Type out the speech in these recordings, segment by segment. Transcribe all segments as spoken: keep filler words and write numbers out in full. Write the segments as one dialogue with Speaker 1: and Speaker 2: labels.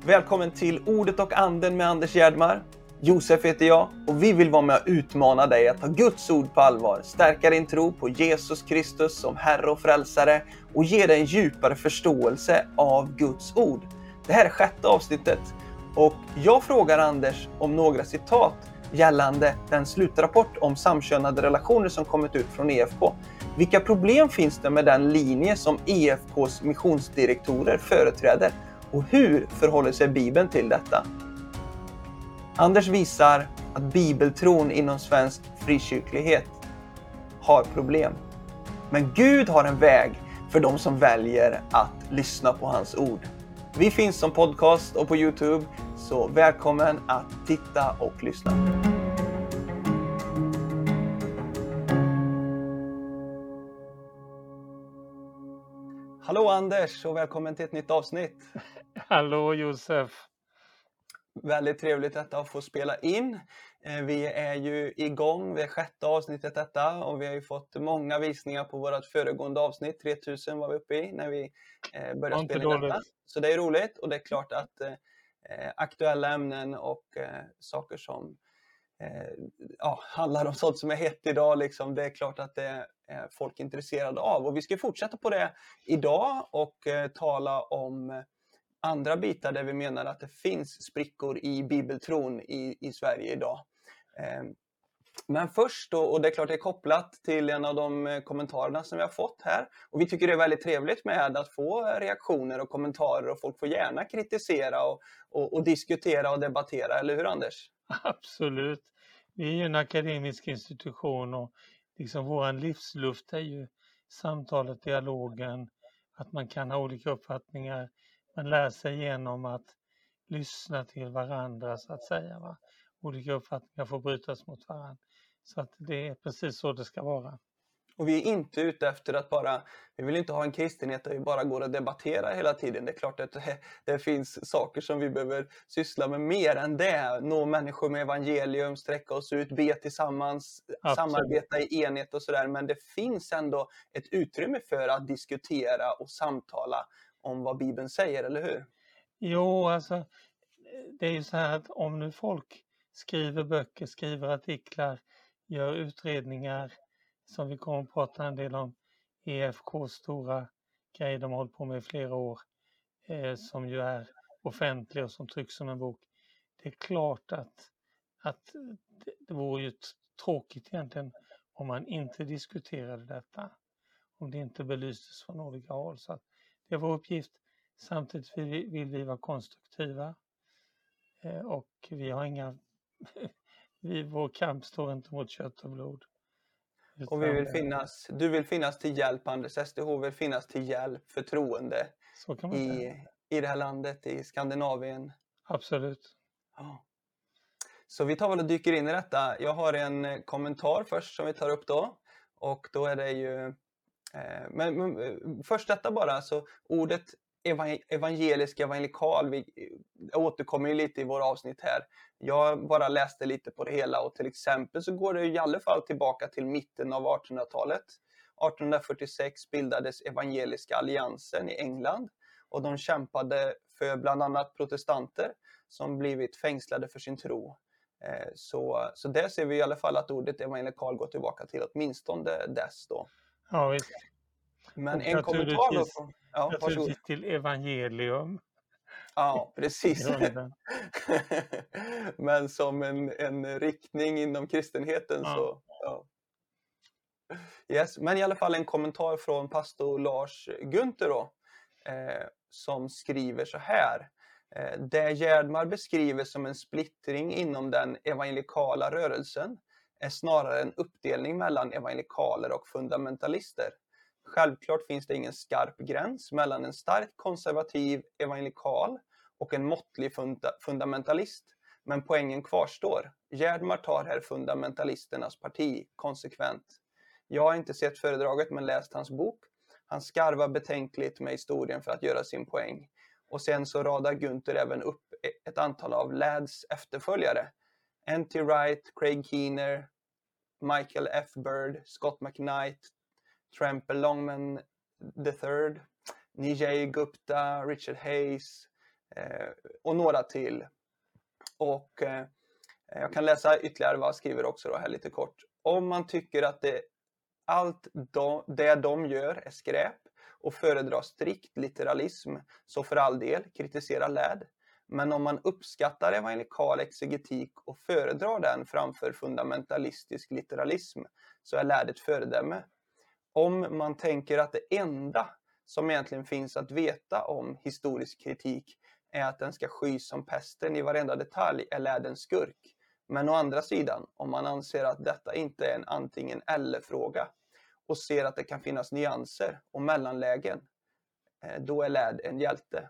Speaker 1: Välkommen till Ordet och anden med Anders Gärdmar. Josef heter jag och vi vill vara med och utmana dig att ta Guds ord på allvar, stärka din tro på Jesus Kristus som Herre och Frälsare och ge dig en djupare förståelse av Guds ord. Det här är sjätte avsnittet och jag frågar Anders om några citat gällande den slutrapport om samkönade relationer som kommit ut från E F K. Vilka problem finns det med den linje som E F K:s missionsdirektorer företräder? Och hur förhåller sig Bibeln till detta? Anders visar att bibeltron inom svensk frikyrklighet har problem. Men Gud har en väg för de som väljer att lyssna på hans ord. Vi finns som podcast och på YouTube, så välkommen att titta och lyssna. Hallå Anders och välkommen till ett nytt avsnitt.
Speaker 2: Hallå Josef.
Speaker 1: Väldigt trevligt detta att få spela in. Vi är ju igång vid sjätte avsnittet detta och vi har ju fått många visningar på vårt föregående avsnitt. tre tusen var vi uppe i när vi började spela in detta. Dåligt. Så det är roligt och det är klart att eh, aktuella ämnen och eh, saker som eh, ja, handlar om sånt som är hett idag liksom, det är klart att det är folk intresserade av. Och vi ska fortsätta på det idag och eh, tala om andra bitar där vi menar att det finns sprickor i bibeltron i, i Sverige idag. Eh, men först då, och det är klart det är kopplat till en av de kommentarerna som vi har fått här. Och vi tycker det är väldigt trevligt med att få reaktioner och kommentarer och folk får gärna kritisera och, och, och diskutera och debattera, eller hur Anders?
Speaker 2: Absolut. Vi är ju en akademisk institution och liksom vår livsluft är ju samtalet, dialogen, att man kan ha olika uppfattningar. Man lär sig genom att lyssna till varandra så att säga. Va? Olika uppfattningar får brytas mot varandra. Så att det är precis så det ska vara.
Speaker 1: Och vi är inte ute efter att bara, vi vill inte ha en kristenhet där vi bara går och debatterar hela tiden. Det är klart att det, det finns saker som vi behöver syssla med mer än det. Nå människor med evangelium, sträcka oss ut, be tillsammans, Absolut. Samarbeta i enhet och sådär. Men det finns ändå ett utrymme för att diskutera och samtala om vad Bibeln säger, eller hur?
Speaker 2: Jo, alltså det är ju så här att om nu folk skriver böcker, skriver artiklar, gör utredningar som vi kommer att prata en del om, E F K:s stora grej de har hållit på med i flera år, eh, som ju är offentlig och som trycks som en bok. Det är klart att, att det, det vore ju tråkigt egentligen om man inte diskuterade detta, om det inte belystes från olika håll. Så att det är vår uppgift. Samtidigt vill, vill vi vara konstruktiva eh, och vi har inga vi, vår kamp står inte mot kött och blod.
Speaker 1: Och vi vill finnas, du vill finnas till hjälp, Anders. S D H vill finnas till hjälp för troende i, i det här landet, i Skandinavien.
Speaker 2: Absolut.
Speaker 1: Ja. Så vi tar väl och dyker in i detta. Jag har en kommentar först som vi tar upp då. Och då är det ju... Eh, men, men först detta bara, så ordet evangelisk, evangelikal, vi återkommer ju lite i våra avsnitt här. Jag bara läste lite på det hela och till exempel så går det i alla fall tillbaka till mitten av artonhundratalet. arton fyrtiosex bildades Evangeliska alliansen i England och de kämpade för bland annat protestanter som blivit fängslade för sin tro. Så, så där ser vi i alla fall att ordet evangelikal går tillbaka till åtminstone dess då.
Speaker 2: Ja, visst.
Speaker 1: Men och en kommentar då på,
Speaker 2: ja, naturligtvis till evangelium.
Speaker 1: Ja, precis. Men som en, en riktning inom kristenheten ja. så... Ja. Yes. Men i alla fall en kommentar från pastor Lars Günther då. Eh, som skriver så här. Eh, det Gärdmar beskriver som en splittring inom den evangelikala rörelsen är snarare en uppdelning mellan evangelikaler och fundamentalister. Självklart finns det ingen skarp gräns mellan en starkt konservativ evangelikal och en måttlig funda- fundamentalist. Men poängen kvarstår. Gärdmar tar här fundamentalisternas parti konsekvent. Jag har inte sett föredraget men läst hans bok. Han skarvar betänkligt med historien för att göra sin poäng. Och sen så radar Günther även upp ett antal av Ladds efterföljare. N T Wright, Craig Keener, Michael F. Bird, Scott McKnight, Trample Longman the third, Nijay Gupta, Richard Hayes, eh, och några till. Och eh, jag kan läsa ytterligare vad han skriver också då här lite kort. Om man tycker att det, allt de, det de gör är skräp och föredrar strikt literalism, så för all del, kritisera Ladd. Men om man uppskattar evangelikal exegetik och föredrar den framför fundamentalistisk literalism, så är Ladd ett föredöme. Om man tänker att det enda som egentligen finns att veta om historisk kritik är att den ska skys som pesten i varenda detalj, är Ladd en skurk. Men å andra sidan, om man anser att detta inte är en antingen eller-fråga och ser att det kan finnas nyanser och mellanlägen, då är Ladd en hjälte.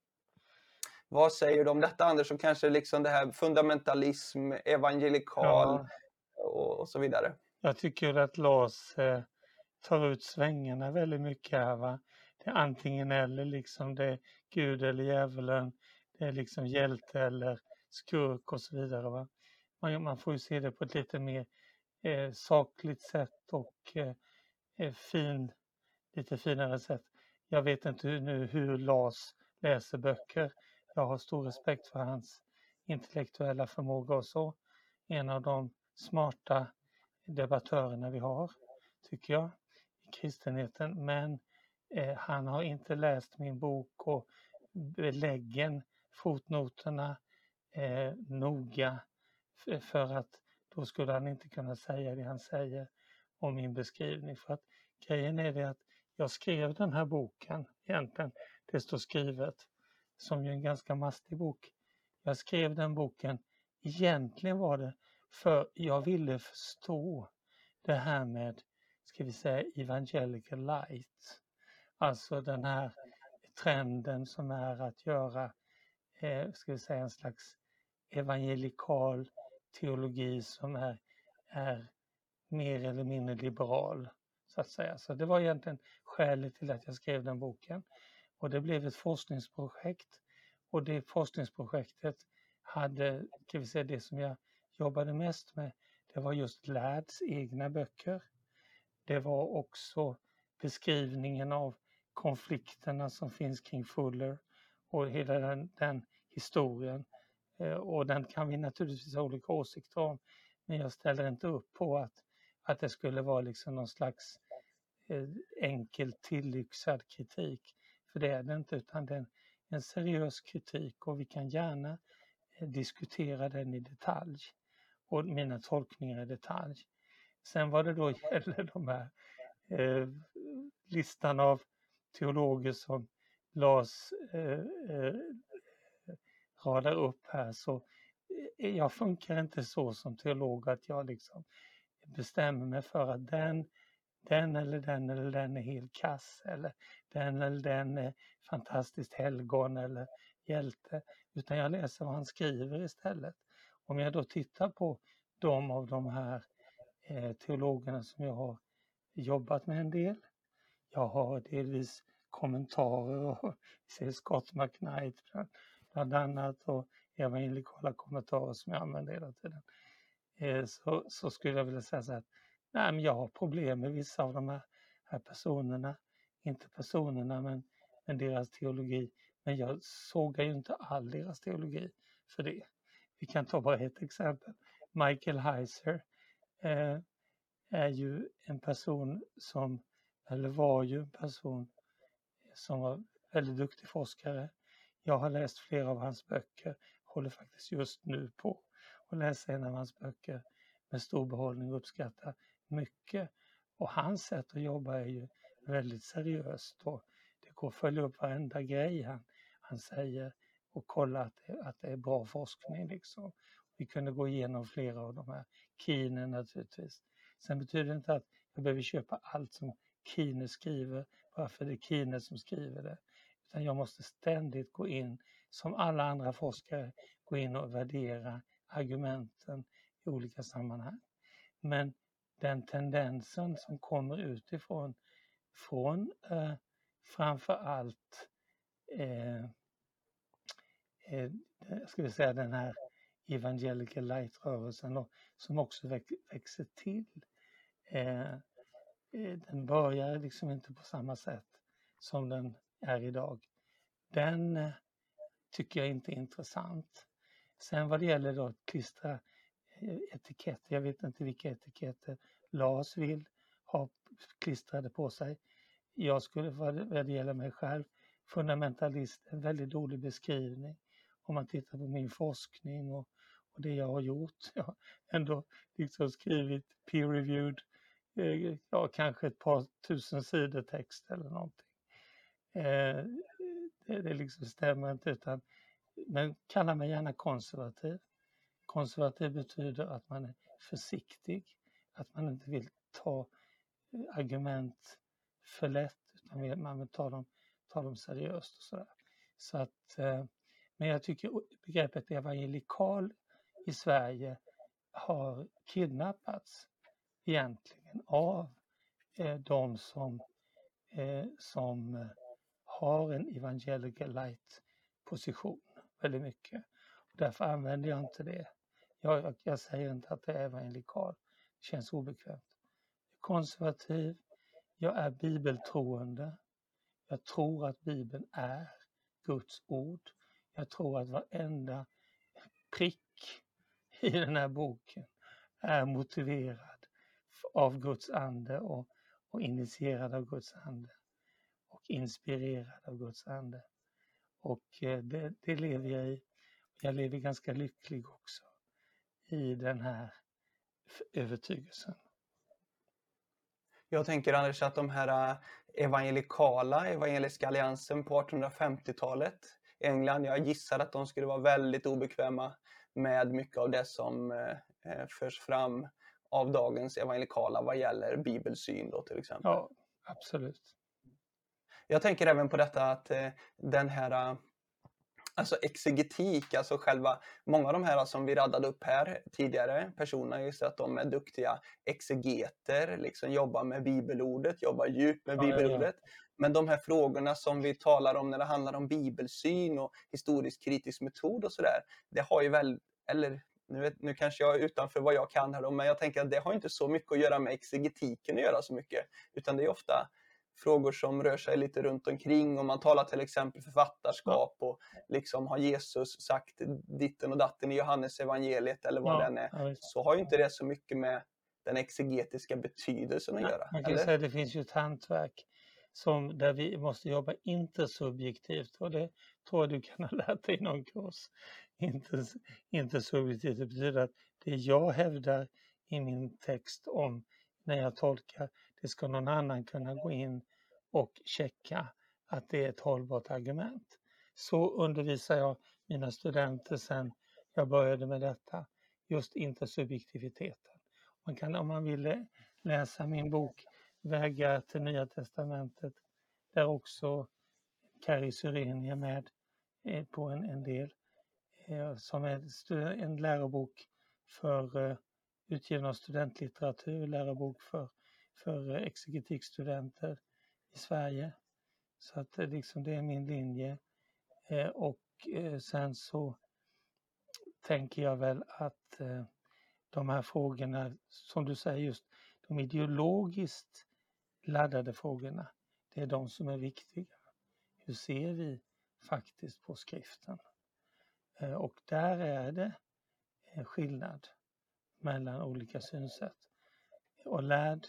Speaker 1: Vad säger du om detta, Anders, som kanske liksom det här fundamentalism, evangelikal
Speaker 2: Ja,
Speaker 1: och, och så vidare?
Speaker 2: jag tycker att Lars eh, tar ut svängarna väldigt mycket här, va. Det är antingen eller, liksom det är Gud eller djävulen, det är liksom hjälte eller skurk och så vidare, va. Man, man får ju se det på ett lite mer eh, sakligt sätt och eh, eh, fin, lite finare sätt. Jag vet inte hur, nu hur Lars läser böcker. Jag har stor respekt för hans intellektuella förmåga och så. En av de smarta debattörerna vi har, tycker jag, i kristenheten. Men eh, han har inte läst min bok och beläggen, fotnoterna eh, noga, f- för att då skulle han inte kunna säga det han säger om min beskrivning. För att grejen är det att jag skrev den här boken, egentligen, det står skrivet, som ju en ganska mastig bok. Jag skrev den boken, egentligen var det för jag ville förstå det här med, ska vi säga, evangelical light. Alltså den här trenden som är att göra, eh, ska vi säga, en slags evangelikal teologi som är, är mer eller mindre liberal, så att säga. Så det var egentligen skälet till att jag skrev den boken. Och det blev ett forskningsprojekt. Och det forskningsprojektet hade, kan vi säga, det som jag jobbade mest med, det var just Ladds egna böcker. Det var också beskrivningen av konflikterna som finns kring Fuller och hela den, den historien. Eh, och den kan vi naturligtvis ha olika åsikter om, men jag ställer inte upp på att, att det skulle vara liksom någon slags eh, enkelt tillyxad kritik. För det är det inte, utan det är en, en seriös kritik och vi kan gärna eh, diskutera den i detalj och mina tolkningar i detalj. Sen vad det då gäller de här eh, listan av teologer som Lars eh, eh, radar upp här, så eh, jag funkar inte så som teolog att jag liksom bestämmer mig för att den, den eller den eller den är helt kass, eller den eller den är fantastiskt helgon eller hjälte, utan jag läser vad han skriver istället. Om jag då tittar på de av de här eh, teologerna som jag har jobbat med en del, jag har delvis kommentarer och ser Scott McKnight bland annat och evangelikala kommentarer som jag använder hela tiden. Eh, så, så skulle jag vilja säga så att nej, men jag har problem med vissa av de här, här personerna, inte personerna men, men deras teologi. Men jag sågar ju inte all deras teologi för det. Vi kan ta bara ett exempel. Michael Heiser eh, är ju en person som, eller var ju en person som var väldigt duktig forskare. Jag har läst flera av hans böcker, håller faktiskt just nu på att läsa en av hans böcker med stor behållning och uppskattar mycket. Och hans sätt att jobba är ju väldigt seriöst och det går att följa upp varenda grej han, han säger och kolla att det, att det är bra forskning liksom. Vi kunde gå igenom flera av de här, Keener naturligtvis. Sen betyder det inte att jag behöver köpa allt som Keener skriver bara för det är Keener som skriver det. Utan jag måste ständigt gå in, som alla andra forskare, gå in och värdera argumenten i olika sammanhang. Men den tendensen som kommer utifrån, från eh, framför allt eh, eh, ska vi säga den här evangelical light-rörelsen och, som också väx, växer till. Eh, den börjar liksom inte på samma sätt som den är idag. Den tycker jag inte är intressant. Sen vad det gäller då att klistra etiketter, jag vet inte vilka etiketter Lars vill ha klistrade på sig. Jag skulle, vad det gäller mig själv, fundamentalist, en väldigt dålig beskrivning. Om man tittar på min forskning och, och det jag har gjort. Jag har ändå liksom skrivit peer-reviewed, eh, ja kanske ett par tusen sidor text eller någonting. Eh, det, det liksom stämmer inte, utan, men kalla mig gärna konservativ. Konservativ betyder att man är försiktig, att man inte vill ta argument för lätt, utan man vill ta dem, ta dem seriöst och sådär. Så att, men jag tycker begreppet evangelikal i Sverige har kidnappats egentligen av de som, som har en evangelical light position väldigt mycket. Och därför använder jag inte det. Jag, jag säger inte att det är evangelikal. Det känns obekvämt. Jag är konservativ. Jag är bibeltroende. Jag tror att Bibeln är Guds ord. Jag tror att varenda prick i den här boken är motiverad av Guds ande och, och initierad av Guds ande och inspirerad av Guds ande. Och det, det lever jag i. Jag lever ganska lycklig också i den här övertygelsen.
Speaker 1: Jag tänker Anders att de här evangelikala, evangeliska alliansen på artonhundrafemtiotalet i England, jag gissar att de skulle vara väldigt obekväma med mycket av det som eh, förs fram av dagens evangelikala vad gäller bibelsyn då till exempel.
Speaker 2: Ja, absolut.
Speaker 1: Jag tänker även på detta att eh, den här alltså exegetik, alltså själva, många av de här som vi raddade upp här tidigare, personerna, just att de är duktiga exegeter, liksom jobbar med bibelordet, jobbar djupt med bibelordet. Ja, ja. Men de här frågorna som vi talar om när det handlar om bibelsyn och historisk kritisk metod och sådär, det har ju väl, eller nu, vet, nu kanske jag är utanför vad jag kan här då, men jag tänker att det har inte så mycket att göra med exegetiken att göra så mycket, utan det är ofta frågor som rör sig lite runt omkring. Om man talar till exempel författarskap och liksom har Jesus sagt ditten och datten i Johannes evangeliet eller vad ja, den är. Ja, så har ju inte det så mycket med den exegetiska betydelsen att
Speaker 2: Nej,
Speaker 1: göra.
Speaker 2: Man kan eller? säga att det finns ju ett hantverk som, där vi måste jobba intersubjektivt. Och det tror jag du kan ha lärt dig i någon kurs. Inters, intersubjektivt, det betyder att det jag hävdar i min text om när jag tolkar, det ska någon annan kunna gå in och checka att det är ett hållbart argument. Så undervisar jag mina studenter sen jag började med detta, just intersubjektiviteten. Man kan, om man vill läsa min bok Vägar till Nya Testamentet, där också Kari Syrén är med på en, en del, som är en lärobok för utgiven av studentlitteratur, lärobok för, för exegetikstudenter i Sverige. Så att liksom det är min linje. Eh, och eh, sen så tänker jag väl att eh, de här frågorna, som du säger, just de ideologiskt laddade frågorna, det är de som är viktiga. Hur ser vi faktiskt på skriften? Eh, och där är det eh, skillnad mellan olika synsätt. Och lärd,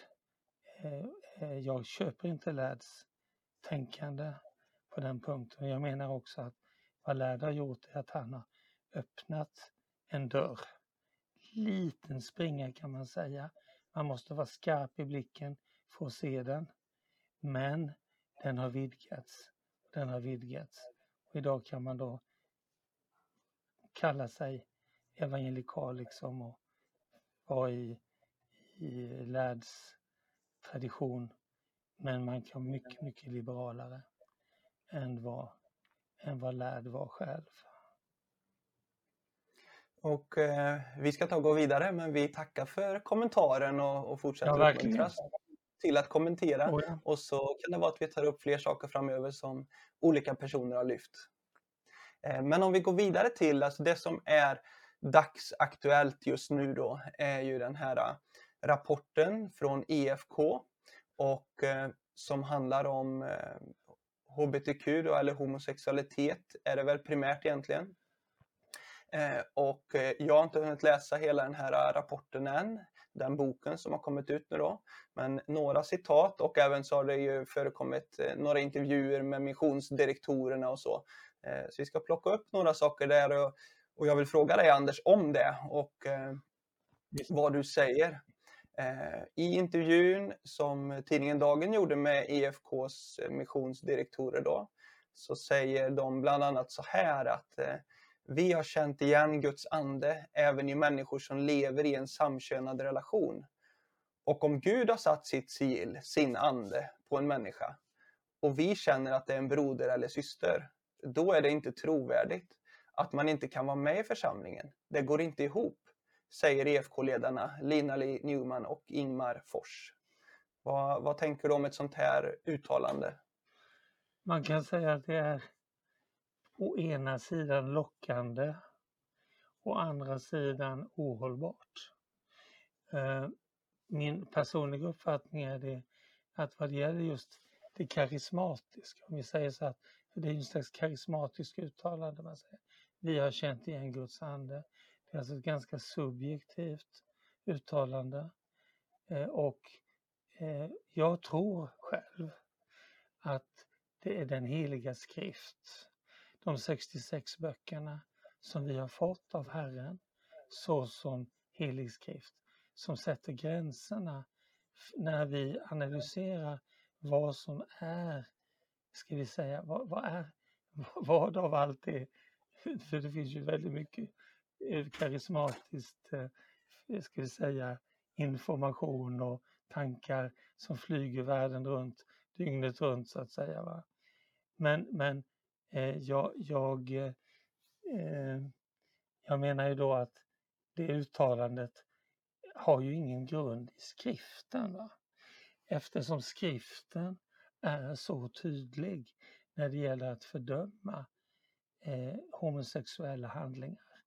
Speaker 2: eh, jag köper inte lärds tänkande på den punkten. Jag menar också att vad lärd har gjort är att han har öppnat en dörr. Liten springa kan man säga. Man måste vara skarp i blicken för att se den. Men den har vidgats. Den har vidgats. Och idag kan man då kalla sig evangelikal liksom och vara i, i lärds tradition, men man kan vara mycket, mycket liberalare än vad, än vad lärd var själv.
Speaker 1: Och eh, vi ska ta och gå vidare, men vi tackar för kommentaren och, och fortsätter
Speaker 2: ja,
Speaker 1: uppmuntras till att kommentera. Oh, ja. Och så kan det vara att vi tar upp fler saker framöver som olika personer har lyft. Eh, men om vi går vidare till, alltså det som är dagsaktuellt just nu då, är ju den här rapporten från E F K och eh, som handlar om eh, H B T Q då, eller homosexualitet är det väl primärt egentligen. Eh, och eh, jag har inte hunnit läsa hela den här eh, rapporten än, den boken som har kommit ut nu då. Men några citat, och även så har det ju förekommit eh, några intervjuer med missionsdirektorerna och så. Eh, så vi ska plocka upp några saker där, och, och jag vill fråga dig Anders om det och eh, vad du säger. Eh, I intervjun som tidningen Dagen gjorde med E F K:s missionsdirektorer då, så säger de bland annat så här att eh, vi har känt igen Guds ande även i människor som lever i en samkönad relation. Och om Gud har satt sitt sigill, sin ande, på en människa och vi känner att det är en broder eller syster, då är det inte trovärdigt att man inte kan vara med i församlingen. Det går inte ihop, säger E F K-ledarna Lina-Li Newman och Ingmar Fors. Vad, vad tänker du om ett sånt här uttalande?
Speaker 2: Man kan säga att det är å ena sidan lockande, å andra sidan ohållbart. Min personliga uppfattning är det att vad det gäller just det karismatiska, om vi säger så att, för det är ju en slags karismatiskt uttalande man säger. Vi har känt igen Guds ande. Det är alltså ett ganska subjektivt uttalande. Och jag tror själv att det är den heliga skrift, de sextiosex böckerna som vi har fått av Herren, så som helig skrift, som sätter gränserna när vi analyserar vad som är, ska vi säga, vad, vad är, vad av allt det, för det finns ju väldigt mycket karismatiskt, ska vi säga, information och tankar som flyger världen runt, dygnet runt så att säga. Va? Men, men eh, jag, jag, eh, jag menar ju då att det uttalandet har ju ingen grund i skriften. Va? Eftersom skriften är så tydlig när det gäller att fördöma eh, homosexuella handlingar.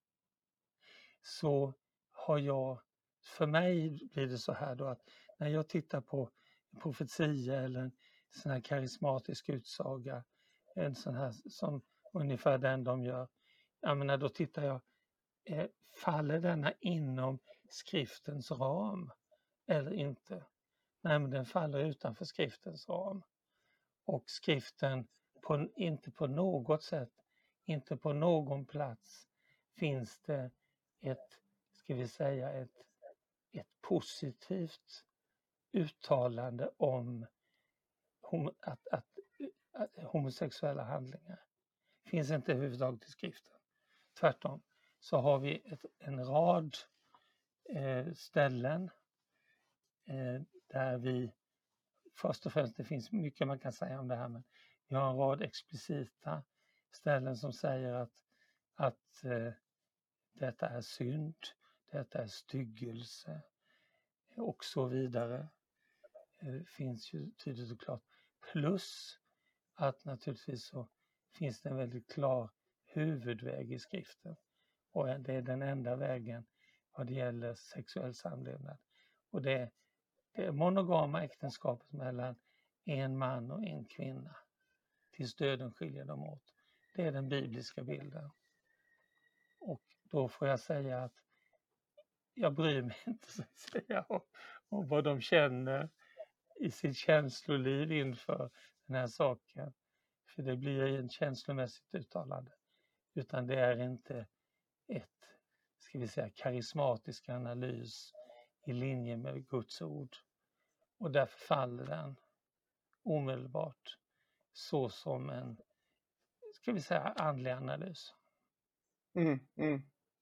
Speaker 2: Så har jag, för mig blir det så här då att när jag tittar på en profetia eller en sån här karismatisk utsaga, en sån här som ungefär den de gör, jag menar då tittar jag, eh, faller denna inom skriftens ram eller inte? Nej, men den faller utanför skriftens ram. Och skriften på, inte på något sätt, inte på någon plats finns det ett, ska vi säga, ett, ett positivt uttalande om hom, att, att, att homosexuella handlingar. Finns inte överhuvudtaget i skriften. Tvärtom så har vi ett, en rad eh, ställen eh, där vi, först och främst, det finns mycket man kan säga om det här, men vi har en rad explicita ställen som säger att, att eh, detta är synd, detta är styggelse och så vidare. Det finns ju tydligt och klart. Plus att naturligtvis så finns det en väldigt klar huvudväg i skriften. Och det är den enda vägen vad det gäller sexuell samlevnad. Och det är det monogama äktenskapet mellan en man och en kvinna. Tills döden skiljer dem åt. Det är den bibliska bilden. Och då får jag säga att jag bryr mig inte så att säga om, om vad de känner i sitt känsloliv inför den här saken. För det blir ju en känslomässigt uttalande. Utan det är inte ett, ska vi säga, karismatisk analys i linje med Guds ord. Och därför faller den omedelbart så som en, ska vi säga, andlig analys.
Speaker 1: Mm, mm.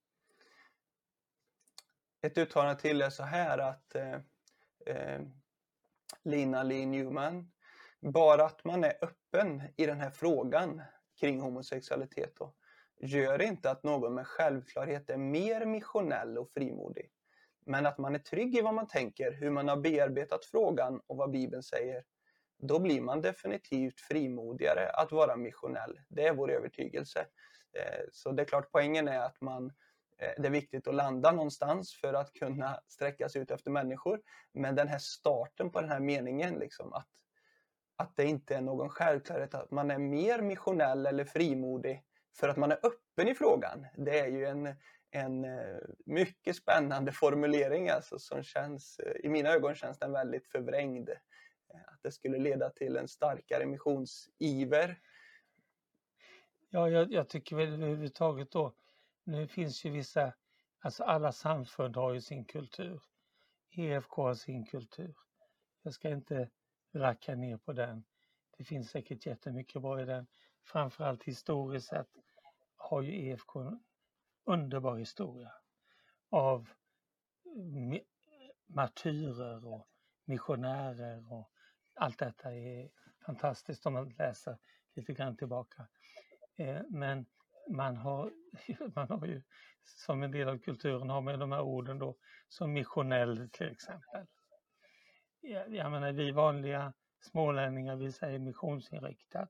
Speaker 1: Ett uttalande till är så här att eh, eh, Lina-Li Newman, bara att man är öppen i den här frågan kring homosexualitet då, gör inte att någon med självklarhet är mer missionell och frimodig. Men att man är trygg i vad man tänker, hur man har bearbetat frågan och vad Bibeln säger, då blir man definitivt frimodigare att vara missionell. Det är vår övertygelse. Så det är klart, poängen är att man, det är viktigt att landa någonstans för att kunna sträcka sig ut efter människor. Men den här starten på den här meningen, liksom, att, att det inte är någon självklarhet att man är mer missionell eller frimodig för att man är öppen i frågan. Det är ju en, en eh, mycket spännande formulering alltså, som känns, eh, i mina ögon känns den väldigt förvrängd. Eh, Att det skulle leda till en starkare missionsiver.
Speaker 2: Ja, jag, jag tycker väl överhuvudtaget då, nu finns ju vissa, alltså alla samfund har ju sin kultur. E F K har sin kultur. Jag ska inte racka ner på den. Det finns säkert jättemycket bra i den. Framförallt historiskt sett har ju E F K en underbar historia av mi- martyrer och missionärer och allt detta är fantastiskt om man läser lite grann tillbaka. Eh, men man har, man har ju som en del av kulturen har med de här orden då som missionell till exempel. Jag, jag menar vi vanliga smålänningar vi säger missionsinriktad.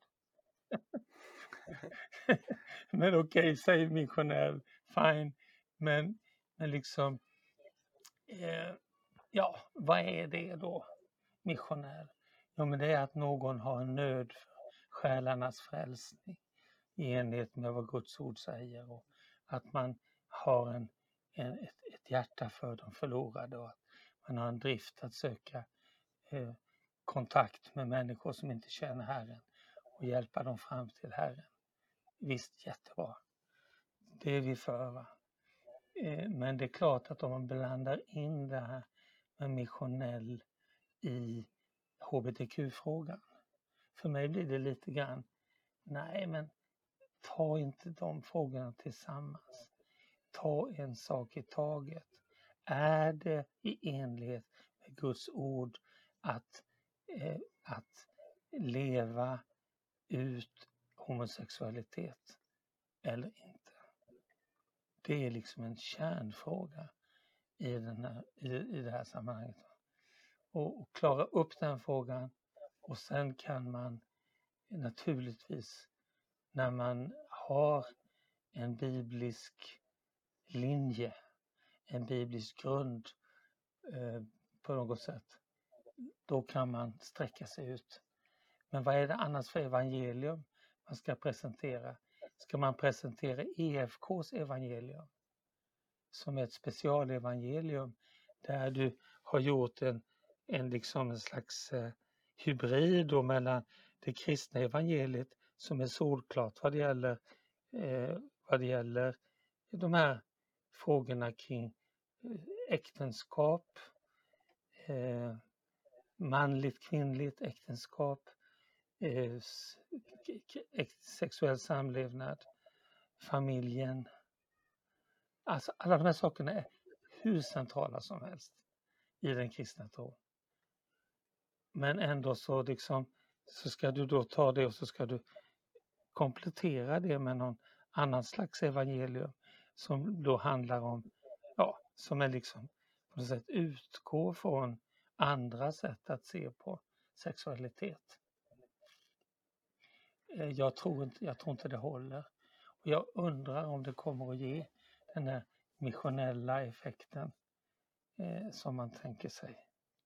Speaker 2: Men okej, okay, säg missionell, fine. Men, men liksom, eh, ja, vad är det då, missionär? Jo, men det är att någon har en nöd för själarnas frälsning i enlighet med vad Guds ord säger och att man har en, en, ett, ett hjärta för de förlorade och att man har en drift att söka eh, kontakt med människor som inte känner Herren och hjälpa dem fram till Herren. Visst, jättebra. Det är vi för, va? Eh, men det är klart att om man blandar in det här med missionell i H B T Q-frågan. För mig blir det lite grann, nej men ta inte de frågorna tillsammans. Ta en sak i taget. Är det i enlighet med Guds ord att, eh, att leva ut homosexualitet eller inte? Det är liksom en kärnfråga i, den här, i, i det här sammanhanget. Och, och klara upp den frågan och sen kan man naturligtvis när man har en biblisk linje, en biblisk grund eh, på något sätt, då kan man sträcka sig ut. Men vad är det annars för evangelium man ska presentera? Ska man presentera E F K:s evangelium som ett specialevangelium där du har gjort en, en, liksom en slags eh, hybrid då mellan det kristna evangeliet som är solklart vad det gäller, eh, vad det gäller de här frågorna kring eh, äktenskap, eh, manligt kvinnligt äktenskap, eh, s- k- k- sexuell samlevnad, familjen. Alltså alla de här sakerna är hur centrala som helst i den kristna tron. Men ändå så liksom så ska du då ta det och så ska du komplettera det med någon annan slags evangelium som då handlar om, ja, som är liksom på något sätt utgår från andra sätt att se på sexualitet. Eh, Jag tror inte, jag tror inte det håller. Och jag undrar om det kommer att ge den här missionella effekten eh, som man tänker sig.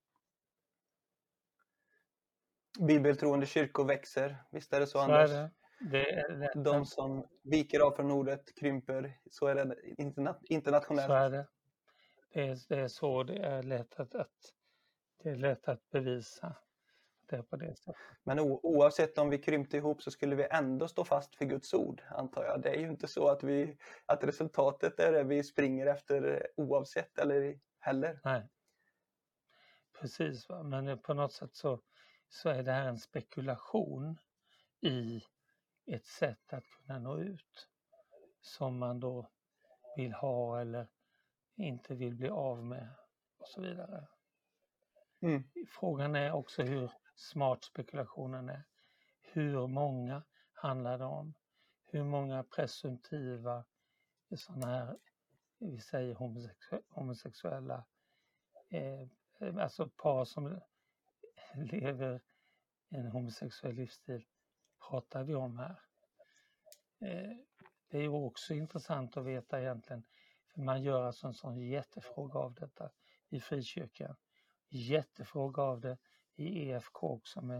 Speaker 1: Bibeltroende kyrkor växer, visst är det så,
Speaker 2: Så
Speaker 1: Anders?
Speaker 2: är det. Det är lätt
Speaker 1: De
Speaker 2: att,
Speaker 1: som viker av från ordet krymper, så är det interna- internationellt.
Speaker 2: så är det. Det är, det är så det är lätt att, att det är lätt att bevisa. Det är på det sättet.
Speaker 1: Men o- oavsett om vi krympte ihop så skulle vi ändå stå fast för Guds ord, antar jag. Det är ju inte så att, vi, att resultatet är det vi springer efter oavsett eller heller.
Speaker 2: Nej, precis. Va? Men på något sätt så, så är det här en spekulation i ett sätt att kunna nå ut som man då vill ha eller inte vill bli av med och så vidare.
Speaker 1: Mm.
Speaker 2: Frågan är också hur smart spekulationen är. Hur många handlar det om? Hur många presumtiva sådana här, vi säger homosexu- homosexuella, eh, alltså par som lever en homosexuell livsstil pratar vi om här. Eh, det är ju också intressant att veta egentligen, för man gör alltså en sån jättefråga av detta i frikyrkan. Jättefråga av det i E F K också med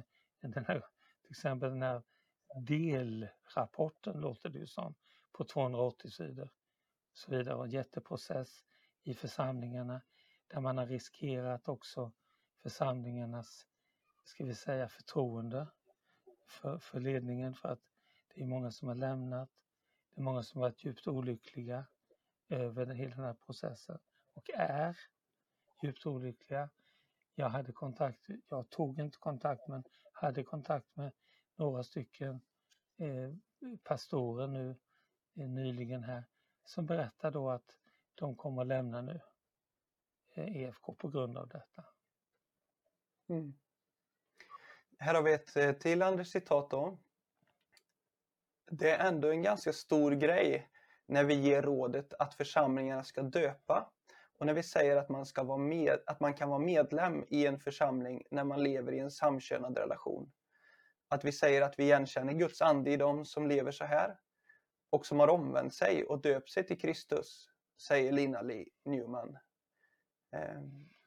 Speaker 2: den här, till exempel den här delrapporten låter det ju som, på tvåhundraåttio sidor. Så vidare, och en jätteprocess i församlingarna där man har riskerat också församlingarnas, ska vi säga, förtroende för, för ledningen, för att det är många som har lämnat, det är många som har varit djupt olyckliga över den, hela den här processen och är djupt olyckliga. Jag hade kontakt, jag tog inte kontakt men hade kontakt med några stycken eh, pastorer nu eh, nyligen här, som berättar då att de kommer att lämna nu eh, E F K på grund av detta.
Speaker 1: Mm. Här har vi ett eh, till andra citat då. Det är ändå en ganska stor grej när vi ger rådet att församlingarna ska döpa. Och när vi säger att man, ska vara med, att man kan vara medlem i en församling när man lever i en samkönad relation. Att vi säger att vi igenkänner Guds ande i dem som lever så här och som har omvänt sig och döpt sig till Kristus, säger Lina Lee Newman. Eh,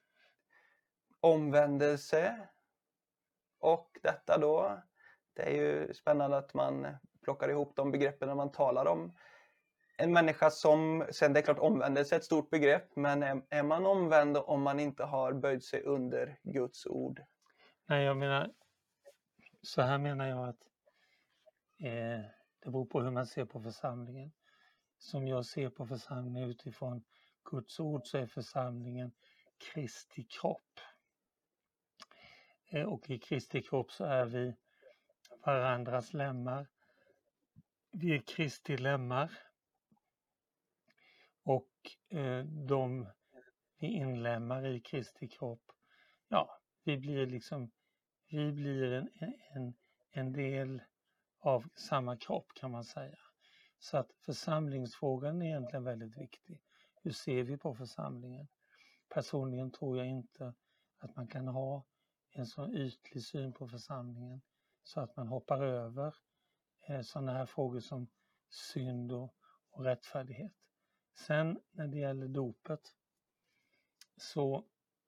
Speaker 1: omvändelse och detta då, det är ju spännande att man plockar ihop de begreppen när man talar om en människa som, sen det är klart omvändelse är ett stort begrepp, men är, är man omvänd om man inte har böjt sig under Guds ord?
Speaker 2: Nej, jag menar, så här menar jag att eh, det beror på hur man ser på församlingen. Som jag ser på församlingen utifrån Guds ord så är församlingen Kristi kropp. Eh, och i Kristi kropp så är vi varandras lemmar. Vi är Kristi lemmar. Och eh, de vi inlemmar i Kristi kropp, ja, vi blir liksom, vi blir en, en, en del av samma kropp kan man säga. Så att församlingsfrågan är egentligen väldigt viktig. Hur ser vi på församlingen? Personligen tror jag inte att man kan ha en så ytlig syn på församlingen så att man hoppar över eh, sådana här frågor som synd och, och rättfärdighet. Sen när det gäller dopet, så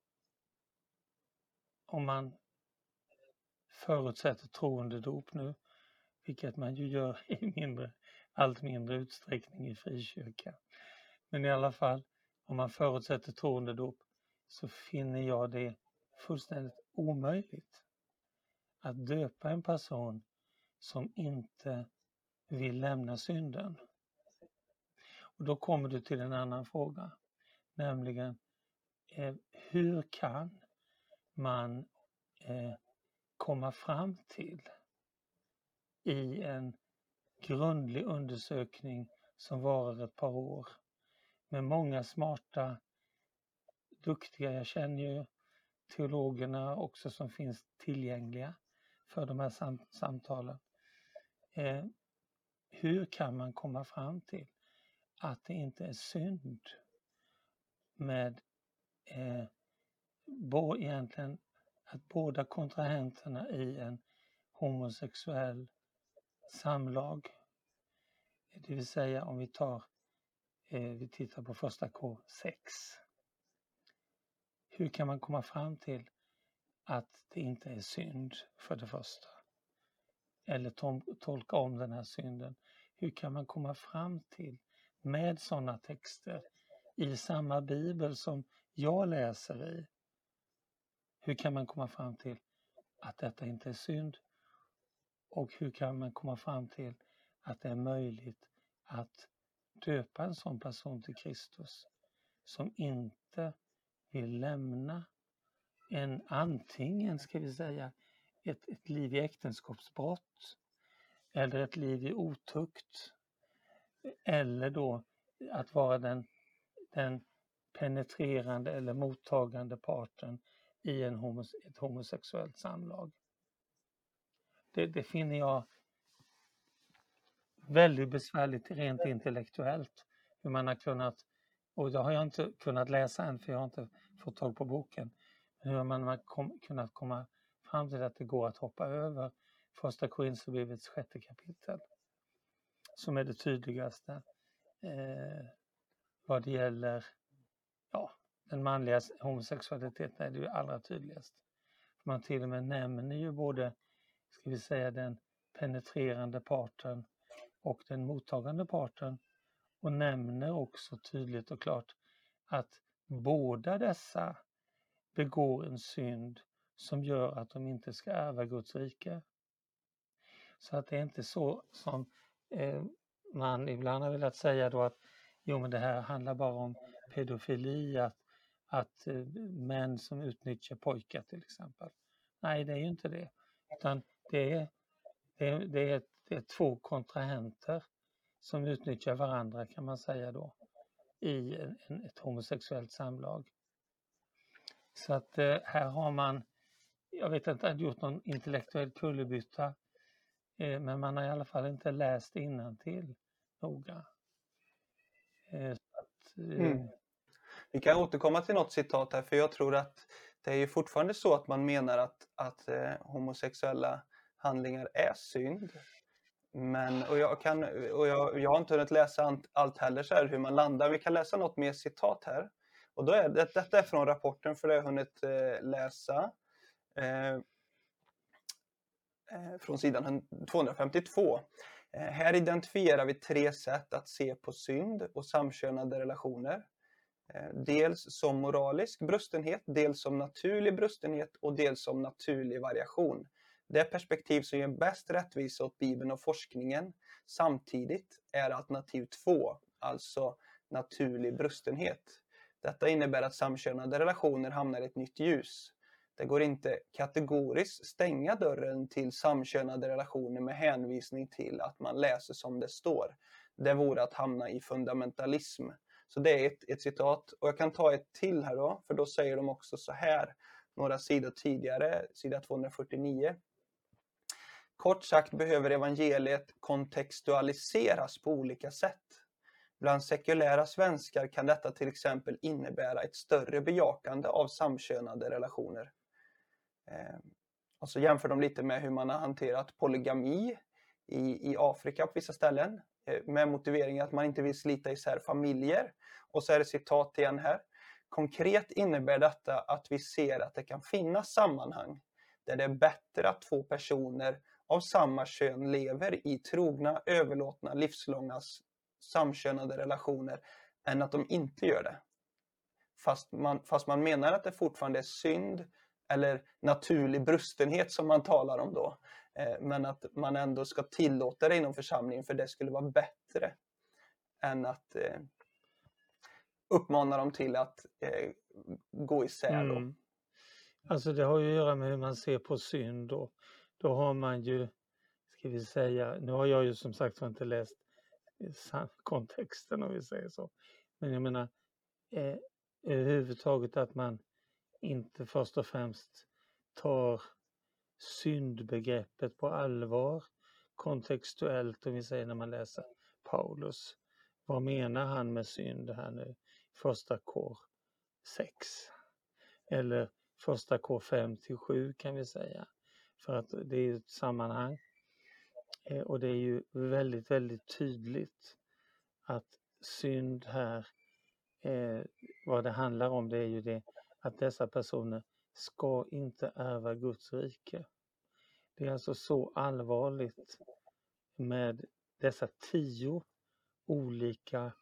Speaker 2: om man förutsätter troendedop nu, vilket man ju gör i mindre, allt mindre utsträckning i frikyrka. Men i alla fall, om man förutsätter troendedop så finner jag det fullständigt omöjligt att döpa en person som inte vill lämna synden. Och då kommer du till en annan fråga, nämligen eh, hur kan man eh, komma fram till i en grundlig undersökning som varar ett par år med många smarta, duktiga, jag känner ju teologerna också som finns tillgängliga för de här sam- samtalen. Eh, hur kan man komma fram till att det inte är synd med eh, bo, egentligen att båda kontrahenterna i en homosexuell samlag, det vill säga om vi tar eh, vi tittar på första K sex. Hur kan man komma fram till att det inte är synd för det första? Eller to- tolka om den här synden. Hur kan man komma fram till med sådana texter i samma bibel som jag läser i? Hur kan man komma fram till att detta inte är synd? Och hur kan man komma fram till att det är möjligt att döpa en sån person till Kristus som inte vill lämna en antingen, ska vi säga, ett, ett liv i äktenskapsbrott eller ett liv i otukt, eller då att vara den, den penetrerande eller mottagande parten i en homos, ett homosexuellt samlag. Det, det finner jag väldigt besvärligt rent intellektuellt, hur man har kunnat, och det har jag inte kunnat läsa än för jag har inte fått tag på boken, hur man har kom, kunnat komma fram till att det går att hoppa över första Korinthierbrevets sjätte kapitel, som är det tydligaste eh, vad det gäller ja, den manliga homosexualiteten är det ju allra tydligast. Man till och med nämner ju både ska vi säga, den penetrerande parten och den mottagande parten, och nämner också tydligt och klart att båda dessa begår en synd som gör att de inte ska ärva Guds rike. Så att det är inte så som eh, man ibland har velat säga då, att jo, men det här handlar bara om pedofili, att, att eh, män som utnyttjar pojkar till exempel. Nej, det är ju inte det. Utan det är, det är, det är, det är två kontrahenter som utnyttjar varandra, kan man säga då, i en, en, ett homosexuellt samlag. Så att eh, här har man, jag vet inte, gjort någon intellektuell kullerbytta, eh, men man har i alla fall inte läst innantill noga. Eh, så att, eh,
Speaker 1: Mm. Vi kan återkomma till något citat här, för jag tror att det är ju fortfarande så att man menar att, att eh, homosexuella handlingar är synd. Men, och jag, kan, och jag, jag har inte hunnit läsa allt, allt heller så här, hur man landar. Vi kan läsa något mer citat här. Och då är det, detta är från rapporten, för det har jag hunnit eh, läsa. Eh, eh, från sidan tvåhundrafemtiotvå. Eh, här identifierar vi tre sätt att se på synd och samkönade relationer. Eh, dels som moralisk brustenhet, dels som naturlig brustenhet och dels som naturlig variation. Det perspektiv som ger bäst rättvisa åt Bibeln och forskningen samtidigt är alternativ två, alltså naturlig brustenhet. Detta innebär att samkönade relationer hamnar i ett nytt ljus. Det går inte kategoriskt stänga dörren till samkönade relationer med hänvisning till att man läser som det står. Det vore att hamna i fundamentalism. Så det är ett, ett citat, och jag kan ta ett till här då, för då säger de också så här, några sidor tidigare, sida tvåhundrafyrtionio. Kort sagt behöver evangeliet kontextualiseras på olika sätt. Bland sekulära svenskar kan detta till exempel innebära ett större bejakande av samkönade relationer. Eh, och så jämför de lite med hur man har hanterat polygami i, i Afrika på vissa ställen, eh, med motiveringen att man inte vill slita isär familjer. Och så är det citat igen här. Konkret innebär detta att vi ser att det kan finnas sammanhang där det är bättre att två personer av samma kön lever i trogna, överlåtna, livslånga samkönade relationer än att de inte gör det. Fast man, fast man menar att det fortfarande är synd eller naturlig brustenhet som man talar om då. Eh, men att man ändå ska tillåta det inom församlingen, för det skulle vara bättre än att eh, uppmana dem till att eh, gå isär då.
Speaker 2: Mm. Alltså det har ju att göra med hur man ser på synd då. Då har man ju, ska vi säga, nu har jag ju som sagt inte läst kontexten om vi säger så. Men jag menar eh, överhuvudtaget att man inte först och främst tar syndbegreppet på allvar kontextuellt, om vi säger när man läser Paulus. Vad menar han med synd här nu? Första kor sex. Eller första kor fem till sju kan vi säga. För att det är ett sammanhang. Eh, och det är ju väldigt, väldigt tydligt att synd här, eh, vad det handlar om, det är ju det att dessa personer ska inte ärva Guds rike. Det är alltså så allvarligt med dessa tio olika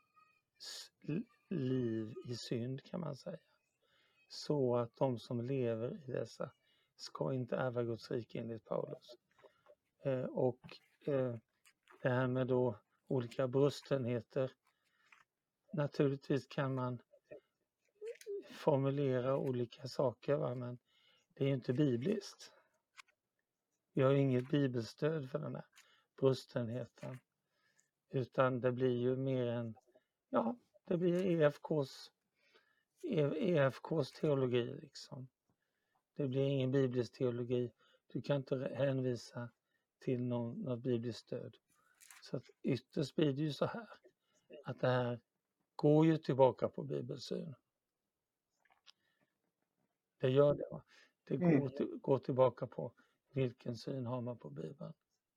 Speaker 2: liv i synd, kan man säga. Så att de som lever i dessa ska inte ärva Guds rike enligt Paulus. Eh, och eh, det här med då olika brustenheter. Naturligtvis kan man formulera olika saker, va? Men det är ju inte bibliskt. Vi har ju inget bibelstöd för den här brustenheten. Utan det blir ju mer en, ja, det blir E F K:s, E F K:s teologi liksom. Det blir ingen biblisk teologi. Du kan inte hänvisa till någon, något bibliskt stöd. Så att ytterst blir det ju så här, att det här går ju tillbaka på bibelsyn. Det gör det, va? Det går,
Speaker 1: Mm.
Speaker 2: till, går tillbaka på vilken syn har man på Bibeln.